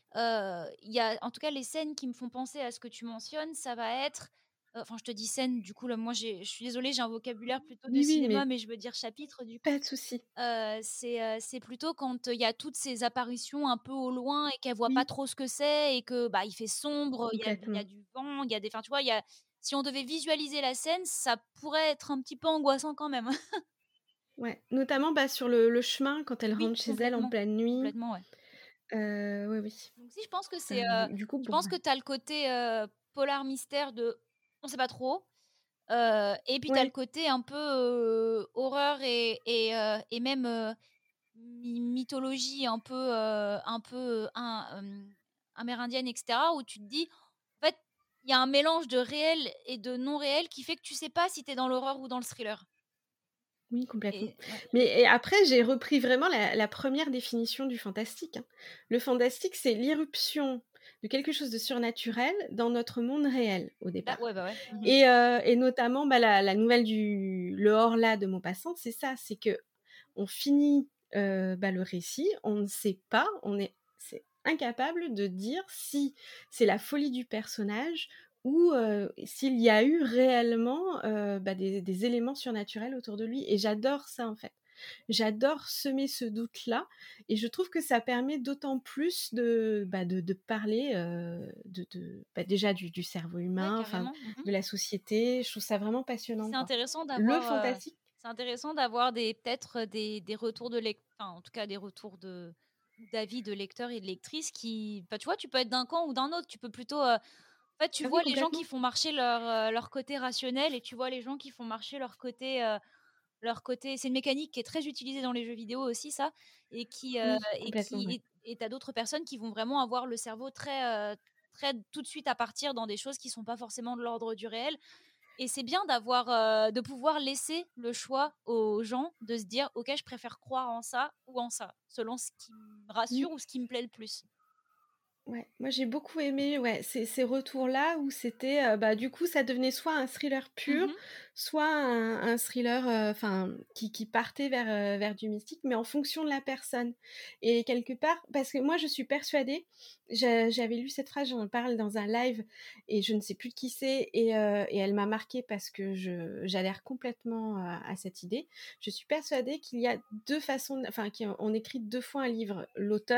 heu, il y a en tout cas les scènes qui me font penser à ce que tu mentionnes, ça va être, heu, enfin je te dis scène, du coup là moi j'ai je suis désolée, j'ai un vocabulaire plutôt de oui, oui, cinéma, mais mais je veux dire chapitre du coup. pas de souci. Heu, c'est, heu, c'est plutôt quand, heu, il y a toutes ces apparitions un peu au loin et qu'elle voit pas Oui, trop ce que c'est et que, bah, il fait sombre, il y a il y a complètement. du vent, il y a des enfin, tu vois, il y a si on devait visualiser la scène, ça pourrait être un petit peu angoissant quand même. Ouais, notamment, bah, sur le le chemin quand elle Oui, rentre chez elle en complètement, pleine nuit. complètement, ouais. Heu, oui, oui. Donc si, je pense que c'est, Heu, heu, du du coup, je bon, pense que ouais. tu as le côté, heu, polar mystère de on sait pas trop, heu et puis tu as le Ouais. côté un peu, heu, horreur et et heu et même, heu, my mythologie un peu, heu, un peu, un hem, amérindienne et cetera, où tu te dis, en fait, il y a un mélange de réel et de non réel qui fait que tu sais pas si tu es dans l'horreur ou dans le thriller Oui, complètement. et ouais. Mais et après, j'ai repris vraiment la la première définition du fantastique, hein. Le fantastique, c'est l'irruption de quelque chose de surnaturel dans notre monde réel, au D'a départ. ouais, bah, ouais. Mmh mh. Et heu et notamment, bah, la la nouvelle du le Horla de Maupassant, c'est ça, c'est qu'on finit, heu, bah, le récit, on ne sait pas, on est c'est incapable de dire si c'est la folie du personnage ou heu, s'il y a eu réellement, heu, bah, des des éléments surnaturels autour de lui et j'adore ça, en fait. J'adore semer ce doute-là et je trouve que ça permet d'autant plus de, bah, de de parler, heu, de de bah, déjà du du cerveau Ouais, humain, enfin, carrément. Mmh mh. de la société. Je trouve ça vraiment Puis passionnant, c'est quoi. intéressant Le d'avoir, heu, fantastique c'est intéressant d'avoir des peut-être, des des retours de lec enfin, en tout cas, des retours de ou d'avis de lecteurs et de lectrices qui bah, tu vois, tu peux être d'un camp ou d'un autre. Tu peux plutôt, heu, en fait, tu ah oui, vois les gens qui complètement. font marcher leur, heu, leur côté rationnel et tu vois les gens qui font marcher leur côté, heu, leur côté c'est une mécanique qui est très utilisée dans les jeux vidéo aussi ça et qui, heu Oui, et complètement, ouais. qui et et tu as d'autres personnes qui vont vraiment avoir le cerveau très, heu, très tout de suite à partir dans des choses qui sont pas forcément de l'ordre du réel et c'est bien d'avoir, heu, de pouvoir laisser le choix aux gens de se dire: «OK, je préfère croire en ça ou en ça», selon ce qui me rassure Oui. ou ce qui me plaît le plus. Ouais, moi j'ai beaucoup aimé, ouais, ces ces retours-là où c'était, heu, bah, du coup, ça devenait soit un thriller Mmh pur, mh. soit un un thriller, heu, enfin, qui qui partait vers, heu, vers du mystique, mais en fonction de la personne et quelque part parce que moi je suis persuadée, j'a j'avais lu cette phrase, j'en parle dans un live et je ne sais plus de qui c'est et heu et elle m'a marquée parce que je j'adhère complètement à à cette idée. Je suis persuadée qu'il y a deux façons d enfin, qu'on on écrit deux fois un livre, l'auteur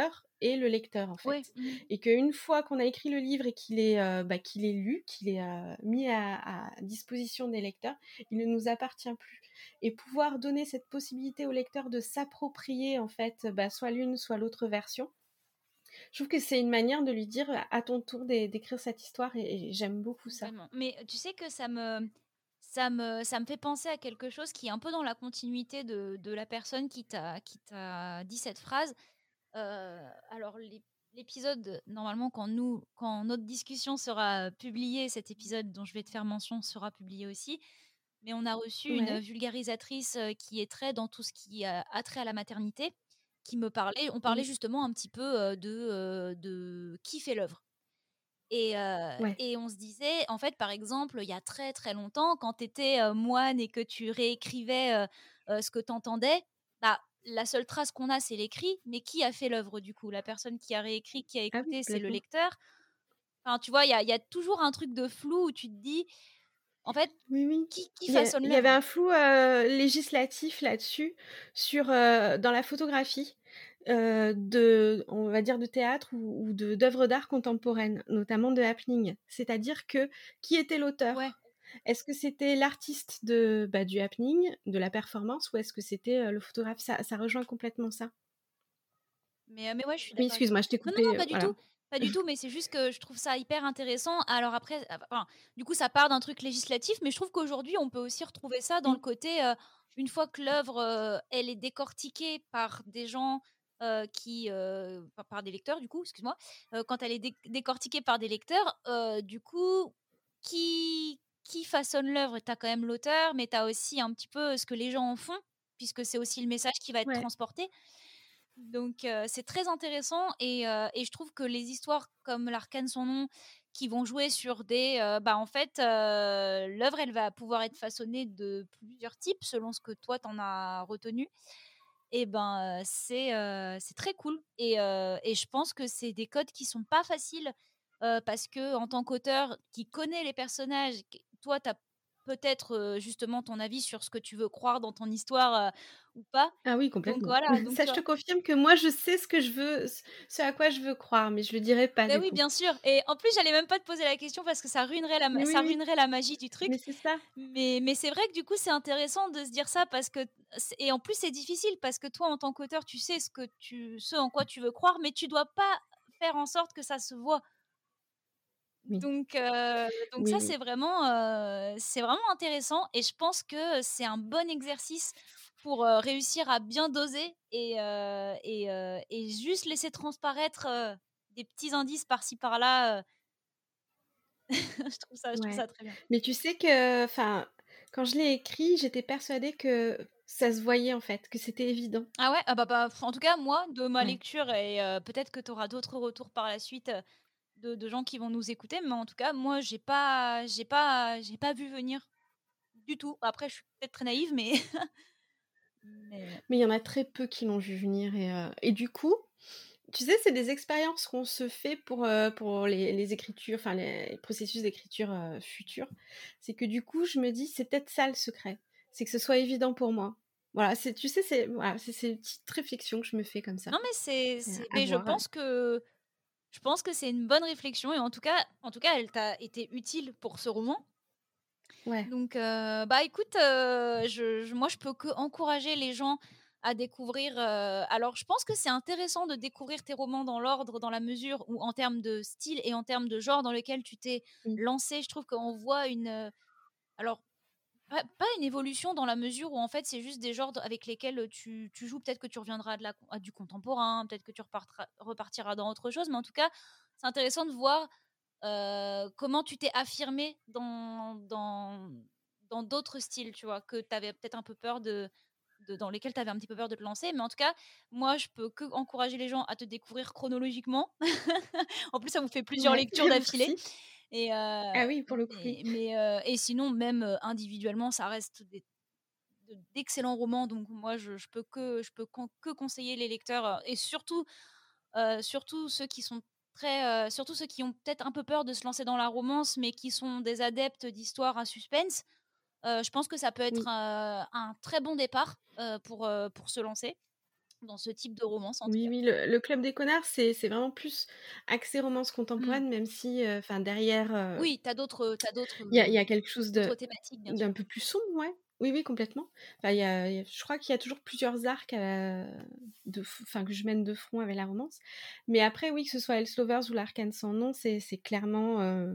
et le lecteur, en Ouais. fait. Mmh. Et qu'une fois qu'on a écrit le livre et qu'il est, heu, bah, qu'il est lu, qu'il est, heu, mis à à disposition des lecteurs, il ne nous appartient plus. Et pouvoir donner cette possibilité au lecteur de s'approprier, en fait, bah, soit l'une, soit l'autre version, je trouve que c'est une manière de lui dire: «À ton tour d'é d'écrire cette histoire» et et j'aime beaucoup ça. Complètement. Mais tu sais que ça me ça me ça me fait penser à quelque chose qui est un peu dans la continuité de de la personne qui t'a qui t'a dit cette phrase. Heu, alors l'ép l'épisode, normalement, quand nous quand notre discussion sera publiée, cet épisode dont je vais te faire mention sera publié aussi. Mais on a reçu une Ouais. vulgarisatrice, heu, qui est très dans tout ce qui a a trait à la maternité, qui me parlait on parlait Mmh. justement un petit peu, heu, de, heu, de qui fait l'œuvre. Et heu Ouais. et on se disait, en fait, par exemple, il y a très, très longtemps, quand tu étais, heu, moine et que tu réécrivais, heu heu, ce que tu entendais, bah, la seule trace qu'on a, c'est l'écrit, mais qui a fait l'œuvre, du coup? La personne qui a réécrit, qui a Ah oui, écouté, c'est le complètement. lecteur. Enfin, tu vois, il y a il y a toujours un truc de flou où tu te dis, en fait, Oui, oui. qui qui Il y a façonne il y avait l'œuvre? un flou, heu, législatif là-dessus, sur, heu, dans la photographie, heu, de on va dire de théâtre ou ou de d'œuvres d'art contemporaines, notamment de happening. C'est-à-dire que, qui était Ouais, l'auteur? Est-ce que c'était l'artiste de, bah, du happening, de la performance ou est-ce que c'était, heu, le photographe? Ça ça rejoint complètement ça. mais heu, mais ouais, je suis Oui, d'accord avec toi. excuse-moi, je t'ai Non, non, non, coupée, heu, pas du voilà. tout, pas du tout, mais c'est juste que je trouve ça hyper intéressant. Alors après, enfin, du coup, ça part d'un truc législatif, mais je trouve qu'aujourd'hui, on peut aussi retrouver ça dans le Mmh. côté, heu, une fois que l'œuvre, heu, elle est décortiquée par des gens, heu, qui, heu, par par des lecteurs, du coup, excuse-moi, heu, quand elle est dé décortiquée par des lecteurs, heu, du coup, qui qui façonne l'œuvre? Tu as quand même l'auteur, mais tu as aussi un petit peu ce que les gens en font, puisque c'est aussi le message qui va être Ouais. transporté. Donc heu, c'est très intéressant et heu et je trouve que les histoires comme l'Arcane son nom, qui vont jouer sur des, heu, bah, en fait, heu, l'œuvre, elle va pouvoir être façonnée de plusieurs types selon ce que toi tu en as retenu et ben, heu, c'est, heu, c'est très cool et heu et je pense que c'est des codes qui sont pas faciles, heu, parce qu'en tant qu'auteur qui connaît les personnages, qui toi tu as peut-être, heu, justement ton avis sur ce que tu veux croire dans ton histoire, heu, ou pas. Ah oui, Donc complètement. voilà, donc Ça, tu je te vois? confirme que moi, je sais ce que je veux, ce ce à quoi je veux croire, mais je le dirai pas Beh, du oui, coup. bien sûr et en plus, j'allais même pas te poser la question parce que ça ruinerait la ma Oui, ça oui, ruinerait la magie du truc. mais c'est ça. Mais mais c'est vrai que du coup, c'est intéressant de se dire ça parce que c et en plus, c'est difficile parce que toi, en tant qu'auteur, tu sais ce que tu ce en quoi tu veux croire, mais tu dois pas faire en sorte que ça se voit. Oui, Donc heu, donc ça, oui, oui. c'est vraiment, heu, c'est vraiment intéressant et je pense que c'est un bon exercice pour, heu, réussir à bien doser et heu et heu et juste laisser transparaître, heu, des petits indices par-ci par-là, heu je trouve ça je trouve Ouais. ça très bien. Mais tu sais que, enfin, quand je l'ai écrit, j'étais persuadée que ça se voyait en fait, que c'était évident. Ah ouais? Ah bah bah, f en tout cas, moi, de ma Ouais. lecture et heu, peut-être que tu auras d'autres retours par la suite, heu, de de gens qui vont nous écouter, mais en tout cas, moi, j'ai pas j'ai pas j'ai pas vu venir du tout. Après, je suis peut-être très naïve, mais mais ouais. Mais il y en a très peu qui l'ont vu venir et heu et du coup, tu sais, c'est des expériences qu'on se fait pour, heu, pour les les écritures, enfin les processus d'écriture, heu, futurs. C'est que du coup, je me dis: «C'est peut-être ça le secret, c'est que ce soit évident pour moi». Voilà, c'est tu sais, c'est voilà, c'est ces petites réflexions que je me fais comme ça. Non, mais c'est Heu, c'est à mais je voir, heu, pense que je pense que c'est une bonne réflexion et en tout cas en tout cas, elle t'a été utile pour ce roman. ouais. Donc, heu, bah, écoute, heu, je je moi, je peux qu'encourager les gens à découvrir, heu alors je pense que c'est intéressant de découvrir tes romans dans l'ordre, dans la mesure où en termes de style et en termes de genre dans lequel tu t'es Mmh. lancé, je trouve qu'on voit une, heu, alors pas pas une évolution dans la mesure où en fait, c'est juste des genres d avec lesquels, tu tu joues. Peut-être que tu reviendras à de la à du contemporain, peut-être que tu repartras repartiras dans autre chose, mais en tout cas, c'est intéressant de voir Heu, comment tu t'es affirmé dans dans dans d'autres styles, tu vois? Que tu avais peut-être un peu peur de de dans lesquels tu avais un petit peu peur de te lancer. Mais en tout cas, moi, je peux qu'encourager les gens à te découvrir chronologiquement. En plus, ça vous fait plusieurs Ouais, lectures d'affilée merci. et heu, Ah oui, pour le coup, oui. mais mais heu et sinon même, heu, individuellement, ça reste des de d'excellents romans. Donc moi, je je peux que je peux con que conseiller les lecteurs, heu et surtout Heu, surtout ceux qui sont très, heu, surtout ceux qui ont peut-être un peu peur de se lancer dans la romance, mais qui sont des adeptes d'histoires à suspense. Heu, je pense que ça peut être, Oui. heu, un très bon départ, heu, pour, heu, pour se lancer dans ce type de romance, en tout Oui, cas. oui, le le Club des connards, c'est c'est vraiment plus axé romance Mmh. contemporaine, même si, heu, enfin derrière, heu, Oui, tu as d'autres, tu as d'autres, il y a il y heu, a quelque chose d'autres de thématiques, bien sûr. d'un peu plus sombre, ouais. Oui, oui, complètement. Enfin, il y a il y a je crois qu'il y a toujours plusieurs arcs, heu, de f enfin que je mène de front avec la romance. Mais après, oui, que ce soit Elselovers ou L'Arcane sans nom, c'est c'est clairement, heu,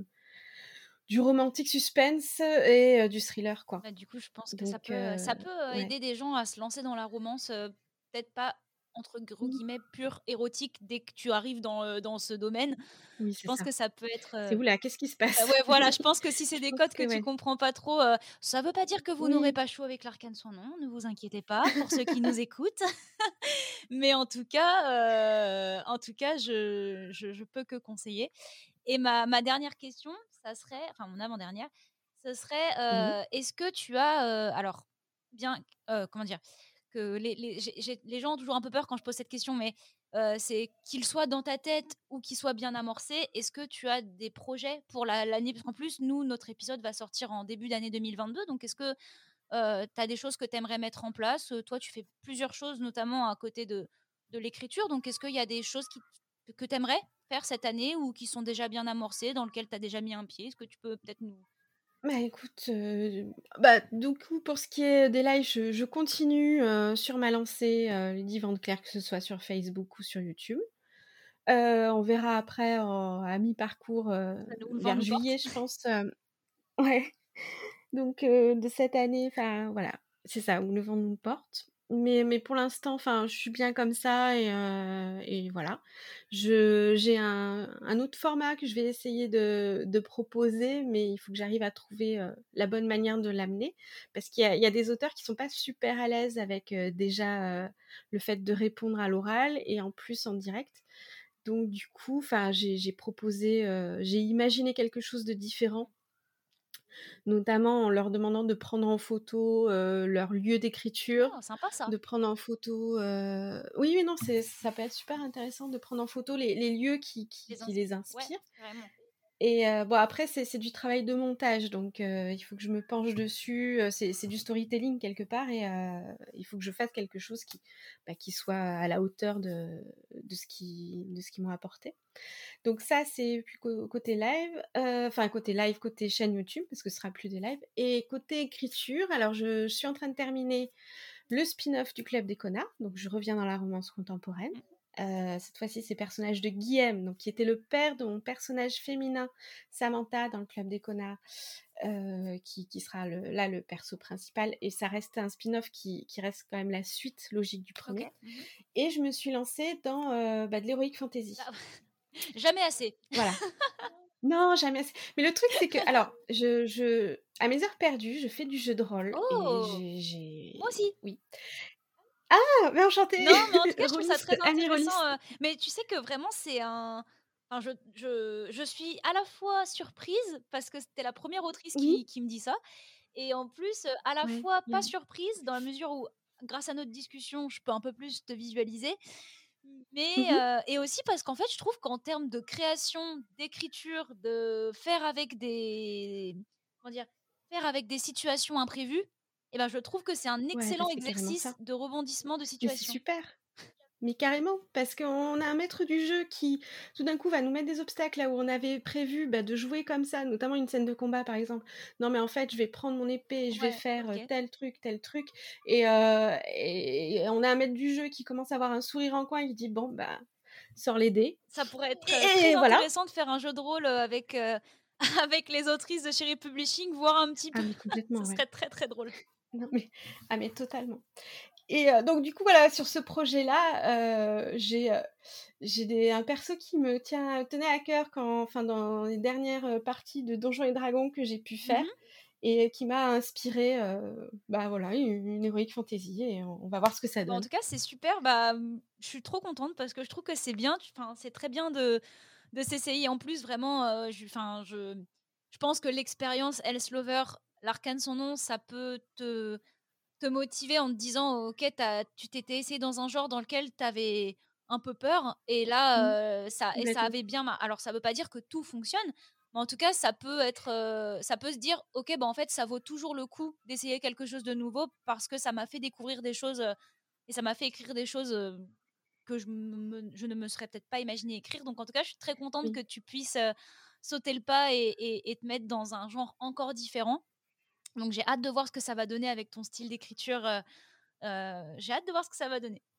du romantique suspense et heu, du thriller, quoi. Bah, du coup, je pense que ça Donc peut, heu, ça peut, heu, ouais. aider des gens à se lancer dans la romance, heu, peut-être pas entre gros Mmh. guillemets «pure érotique» dès que tu arrives dans, heu, dans ce domaine. Oui, Je c'est pense ça. que ça peut être, C'est: heu «Ouh là, qu'est-ce qui se bah, passe?» ouais, voilà, je pense que si c'est Je des pense codes que que tu ouais. comprends pas trop, heu, ça veut pas dire que vous n'aurez Oui. pas chaud avec L'Arcane sans nom, ne vous inquiétez pas, pour ceux qui nous écoutent. Mais en tout cas, heu, en tout cas, je je je peux que conseiller. Et ma ma dernière question, ça serait enfin mon avant-dernière, ce serait, Mmh. heu, est-ce que tu as, heu, alors bien heu, comment dire? Que les les j'ai j'ai les gens ont toujours un peu peur quand je pose cette question, mais heu, c'est qu'il soit dans ta tête ou qu'il soit bien amorcé, est-ce que tu as des projets pour la l'année? Parce qu'en plus, nous, notre épisode va sortir en début d'année deux mille vingt-deux, donc est-ce que, heu, tu as des choses que tu aimerais mettre en place? Heu, toi, tu fais plusieurs choses, notamment à côté de de l'écriture, donc est-ce qu'il y a des choses qui t que tu aimerais faire cette année ou qui sont déjà bien amorcées, dans lesquelles tu as déjà mis un pied? Est-ce que tu peux peut-être nous Bah, écoute, heu, bah, du coup, pour ce qui est des lives, je je continue, heu, sur ma lancée, heu, Lydie Van Clercq, que ce soit sur Facebook ou sur YouTube. Heu, on verra après en à mi-parcours, heu, ça nous le vent vers nous juillet, porte? je pense, hem ouais, donc heu, de cette année, enfin, voilà, c'est ça, où le vent nous porte. Mais mais pour l'instant, enfin, je suis bien comme ça et heu et voilà. Je j'ai un un autre format que je vais essayer de de proposer, mais il faut que j'arrive à trouver, heu, la bonne manière de l'amener. Parce qu'il y a il y a des auteurs qui sont pas super à l'aise avec, heu, déjà, heu, le fait de répondre à l'oral et en plus en direct. Donc du coup, enfin, j'ai j'ai proposé, heu, j'ai imaginé quelque chose de différent, notamment en leur demandant de prendre en photo, heu, leur lieu d'écriture, Oh, sympa ça! de prendre en photo, heu oui, oui, non, c'est ça peut être super intéressant de prendre en photo les les lieux qui qui Les qui ins les ouais, inspirent. carrément. Et heu, bon après c'est c'est du travail de montage donc heu, il faut que je me penche dessus, heu, c'est c'est du storytelling quelque part et heu, il faut que je fasse quelque chose qui, bah, qui soit à la hauteur de de ce qui de ce qu'ils m'ont apporté. Donc ça, c'est plus cô côté live, heu, enfin côté live, côté chaîne YouTube parce que ce sera plus des lives et côté écriture, alors je je suis en train de terminer le spin-off du Club des connards, donc je reviens dans la romance contemporaine. Mmh. Heu, cette fois-ci, c'est le personnage de Guillaume, donc qui était le père de mon personnage féminin, Samantha, dans le Club des connards, heu, qui qui sera le là, le perso principal et ça reste un spin-off qui qui reste quand même la suite logique du OK. premier. Mmh. Et je me suis lancée dans, heu, bah, de l'heroic Ah fantasy. jamais assez. Voilà. Non, jamais assez. Mais le truc, c'est que alors, je je à mes heures perdues, je fais du jeu de rôle et Oh! j'ai Moi j'ai aussi. oui. Ah! Bah, enchantée! Non, mais en tout cas, je trouve ça Rôliste, très amie intéressant, rôliste. heu, mais tu sais que vraiment c'est un enfin je je je suis à la fois surprise parce que c'était la première autrice Oui, qui qui me dit ça et en plus, heu, à la ouais, fois pas bien. surprise dans la mesure où, grâce à notre discussion, je peux un peu plus te visualiser, mais Mmh mh. heu et aussi parce qu'en fait, je trouve qu'en termes de création, d'écriture, de faire avec des comment dire? Faire avec des situations imprévues et ben, je trouve que c'est un Ouais, bah, excellent c'est carrément exercice ça. de rebondissement de Mais c'est situation. super. Mais carrément, parce qu'on a un maître du jeu qui, tout d'un coup, va nous mettre des obstacles là où on avait prévu, bah, de jouer comme ça, notamment une scène de combat, par exemple. Non, mais en fait, je vais prendre mon épée et je vais Ouais, faire, heu, OK. tel truc, tel truc et heu et et on a un maître du jeu qui commence à avoir un sourire en coin, il dit: «Bon, bah, sors les dés» Ça pourrait être, heu, et très et voilà. intéressant de faire un jeu de rôle, heu, avec, heu, avec les autrices de Chéri Publishing, voir un petit peu. Ah mais complètement, Ce ouais. serait très, très drôle. Non mais ah mais totalement. Et heu, donc du coup, voilà, sur ce projet-là, heu, j'ai, heu, j'ai des un perso qui me tient tenait à cœur quand enfin, dans les dernières, heu, parties de Donjons et Dragons que j'ai pu faire Mmh. et qui m'a inspiré, heu, bah, voilà, une une heroic fantasy et on on va voir ce que ça Bah, en donne. tout cas, c'est super. Bah, mmh, je suis trop contente parce que je trouve que c'est bien, tu enfin, c'est très bien de de s'essayer. En plus, vraiment, heu, je enfin, je je pense que l'expérience Elselover, l'Arcane son nom, ça peut te te motiver en te disant: «OK, tu tu t'étais essayé dans un genre dans lequel tu avais un peu peur et Mmh, là, heu, ça et ça complètement. avait bien ma» alors ça veut pas dire que tout fonctionne, mais en tout cas, ça peut être, heu, ça peut se dire: «OK, bah, en fait, ça vaut toujours le coup d'essayer quelque chose de nouveau parce que ça m'a fait découvrir des choses, heu, et ça m'a fait écrire des choses euh, que je, me, je ne me serais peut-être pas imaginé écrire. Donc en tout cas, je suis très contente Oui. que tu puisses euh, sauter le pas et, et, et te mettre dans un genre encore différent. Donc j'ai hâte de voir ce que ça va donner avec ton style d'écriture. euh, euh, j'ai hâte de voir ce que ça va donner.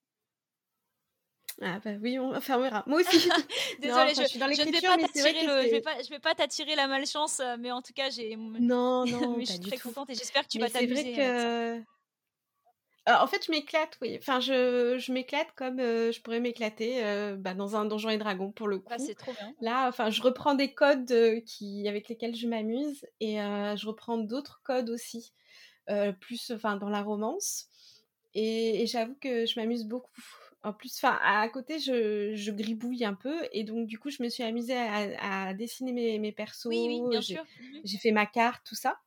Ah bah oui, on, enfin on verra. Moi aussi. Non, Désolée, enfin je, je suis dans je ne vais l'écriture, pas mais c'est vrai t'attirer que le, je vais c'est pas, je vais pas t'attirer la malchance, euh, mais en tout cas, j'ai, non, non, mais je pas suis du très tout. contente et j'espère que tu Mais vas c'est vrai t'amuser avec ça. que Heu, en fait, je m'éclate, oui. Enfin, je je m'éclate comme, heu, je pourrais m'éclater, heu, bah, dans un Donjons et Dragons, pour le Bah, coup. c'est trop bien. Là, enfin, je reprends des codes, heu, qui avec lesquels je m'amuse et heu, je reprends d'autres codes aussi, heu, plus, enfin, dans la romance et et j'avoue que je m'amuse beaucoup. En plus, enfin, à côté, je je gribouille un peu et donc du coup, je me suis amusée à à dessiner mes mes Oui, oui, persos, bien j'ai sûr. Mhm. j'ai fait ma carte, tout ça.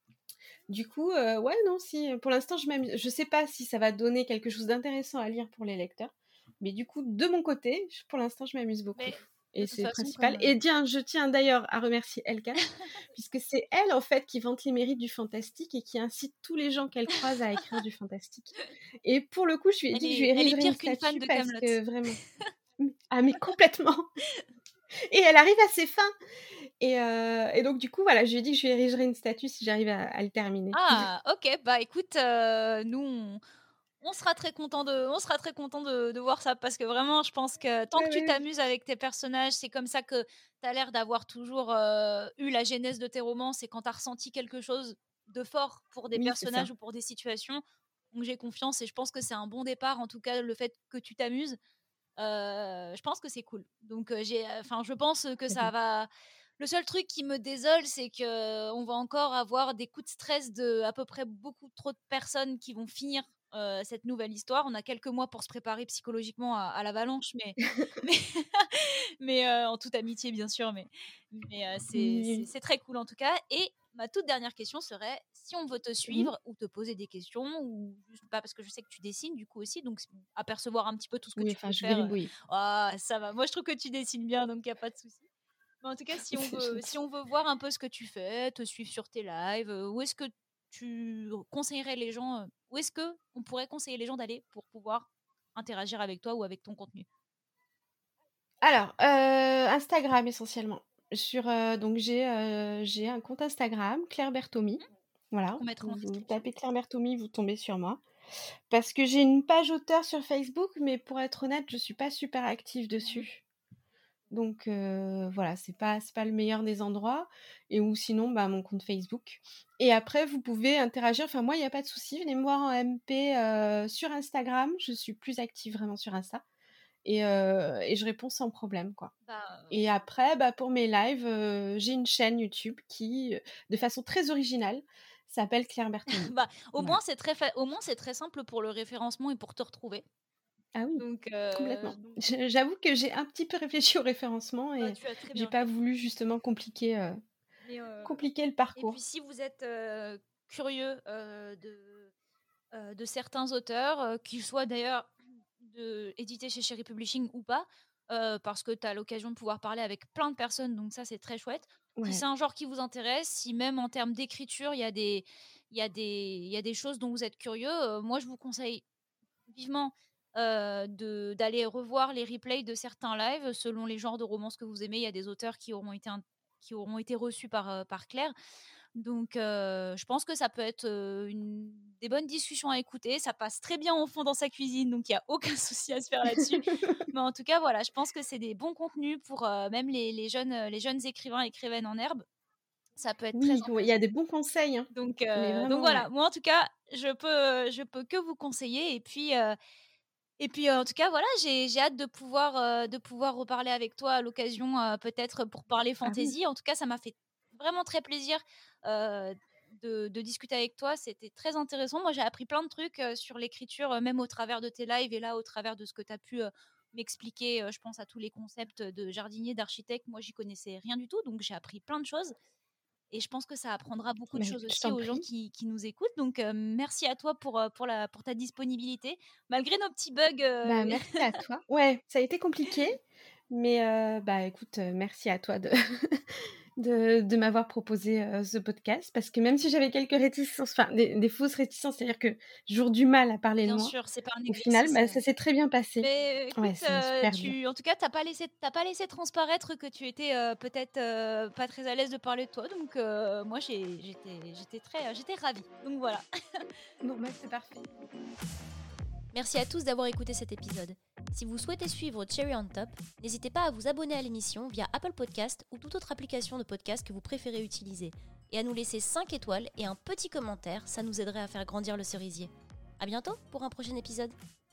Du coup, heu, ouais, non, si, pour l'instant, je m'amuse. Je sais pas si ça va donner quelque chose d'intéressant à lire pour les lecteurs, mais du coup, de mon côté, j pour l'instant, je m'amuse beaucoup Mais de et toute c'est le façon, principal comme euh, et tiens, je tiens d'ailleurs à remercier Elkan, puisque c'est elle, en fait, qui vante les mérites du fantastique et qui incite tous les gens qu'elle croise à écrire du fantastique et pour le coup, je lui ai elle dit que je est, lui elle est érigerais une pire qu'une fan statue de parce Camelot. que vraiment mmh, ah mais complètement et elle arrive à ses fins et heu et donc du coup, voilà, je lui ai dit que je lui érigerais une statue si j'arrive à à le terminer. Ah, ok. Bah, écoute, euh, nous, on, on sera très content de, on sera très content de, de voir ça parce que vraiment, je pense que tant Ouais, que tu ouais, t'amuses avec tes personnages, c'est comme ça que tu as l'air d'avoir toujours euh, eu la genèse de tes romans. C'est quand tu as ressenti quelque chose de fort pour des oui, c'est personnages ça. ou pour des situations. Donc, j'ai confiance et je pense que c'est un bon départ. En tout cas, le fait que tu t'amuses. Heu, je pense que c'est cool. Donc heu, j'ai enfin, je pense que Très ça bien. va le seul truc qui me désole, c'est qu'on va encore avoir des coups de stress de à peu près beaucoup trop de personnes qui vont finir, heu, cette nouvelle histoire. On a quelques mois pour se préparer psychologiquement à à l'avalanche, mais mais mais heu, en toute amitié bien sûr, mais mais heu, Oui, c'est c'est oui. c'est très cool en tout cas. Et ma toute dernière question serait, si on veut te Mmh. suivre ou te poser des questions ou juste pas parce que je sais que tu dessines du coup aussi, donc s apercevoir un petit peu tout ce que Oui, tu enfin, peux je faire, heu, gribouille. ah ça va. Moi je trouve que tu dessines bien, donc il y a pas de souci. Mais en tout cas, si on C'est veut si gentil. on veut voir un peu ce que tu fais, te suivre sur tes lives, heu, où est-ce que tu conseillerais les gens, heu, où est-ce qu'on pourrait conseiller les gens d'aller pour pouvoir interagir avec toi ou avec ton contenu? Alors, heu, Instagram essentiellement. Sur, heu, donc j'ai, heu, j'ai un compte Instagram, Claire Bertomi. Mmh. Voilà, Qu'on mettra en vous vous description. tapez Claire Bertomi, vous tombez sur moi. Parce que j'ai une page auteur sur Facebook, mais pour être honnête, je suis pas super active Mmh. dessus. Donc heu, voilà, c'est pas c'est pas le meilleur des endroits et ou sinon, bah, mon compte Facebook et après vous pouvez interagir, enfin moi il y a pas de souci, venez me voir en M P, heu, sur Instagram. Je suis plus active vraiment sur Insta et heu et je réponds sans problème, quoi Bah, et après, bah, pour mes lives, heu, j'ai une chaîne YouTube qui, heu, de façon très originale, s'appelle Claire Bertomi. bah, au moins Voilà. c'est très fa au moins c'est très simple pour le référencement et pour te retrouver. Ah oui, Donc heu, complètement. donc Je j'avoue que j'ai un petit peu réfléchi au référencement bah, et tu as très j'ai bien pas fait. voulu justement compliquer, heu, Mais heu compliquer le et puis parcours. si vous êtes, heu, curieux, heu, de, heu, de certains auteurs, heu, qu'ils soient d'ailleurs de édités chez Cherry Publishing ou pas, heu, parce que tu as l'occasion de pouvoir parler avec plein de personnes, donc ça c'est très chouette. Si Ouais. c'est un genre qui vous intéresse, si même en termes d'écriture, il y a des il y a des il y a des choses dont vous êtes curieux, heu, moi je vous conseille vivement, heu, de d'aller revoir les replays de certains lives selon les genres de romances que vous aimez. Il y a des auteurs qui auront été int qui auront été reçus par, heu, par Claire. Donc heu, je pense que ça peut être, heu, une des bonnes discussions à écouter. Ça passe très bien au fond dans sa cuisine, donc il y a aucun souci à se faire là-dessus. Mais en tout cas, voilà, je pense que c'est des bons contenus pour, heu, même les les jeunes, heu, les jeunes écrivains, écrivaines en herbe. Ça peut être très Oui, ouais, il y a intéressant. des bons conseils, hein, Donc mais heu, donc vraiment, ouais. voilà, moi en tout cas, je peux, je peux que vous conseiller et puis, heu et puis, heu, en tout cas, voilà, j'ai j'ai hâte de pouvoir, heu, de pouvoir reparler avec toi à l'occasion, heu, peut-être pour parler Ah oui, fantaisie. En tout cas, ça m'a fait vraiment très plaisir, heu, de de discuter avec toi. C'était très intéressant. Moi, j'ai appris plein de trucs, heu, sur l'écriture, heu, même au travers de tes lives et là, au travers de ce que tu as pu, heu, m'expliquer, heu, je pense à tous les concepts de jardinier, d'architecte. Moi, j'y connaissais rien du tout, donc j'ai appris plein de choses. Et je pense que ça apprendra beaucoup de bah, choses écoute, je aussi t'en aux gens prie. qui qui nous écoutent. Donc, heu, merci à toi pour, heu, pour la pour ta disponibilité. Malgré nos petits bugs, Bah, heu merci à toi. Ouais, ça a été compliqué, mais heu, bah, écoute, heu, merci à toi de de, de m'avoir proposé euh, ce podcast, parce que même si j'avais quelques réticences, enfin des, des fausses réticences, c'est-à-dire que j'ai toujours du mal à parler de Bien moi, sûr, c'est pas un au final, exercice. bah, euh. ça s'est très bien passé. Mais écoute, Ouais, c'est euh, super dur. tu, en tout cas, t'as pas laissé, t'as pas laissé transparaître que tu étais euh, peut-être euh, pas très à l'aise de parler de toi. Donc euh, moi, j'ai, j'étais, j'étais très, j'étais ravie. Donc voilà. Bon, bah, c'est parfait. Merci à tous d'avoir écouté cet épisode. Si vous souhaitez suivre Cherry on Top, n'hésitez pas à vous abonner à l'émission via Apple Podcast ou toute autre application de podcast que vous préférez utiliser, et à nous laisser cinq étoiles et un petit commentaire, ça nous aiderait à faire grandir le cerisier. À bientôt pour un prochain épisode.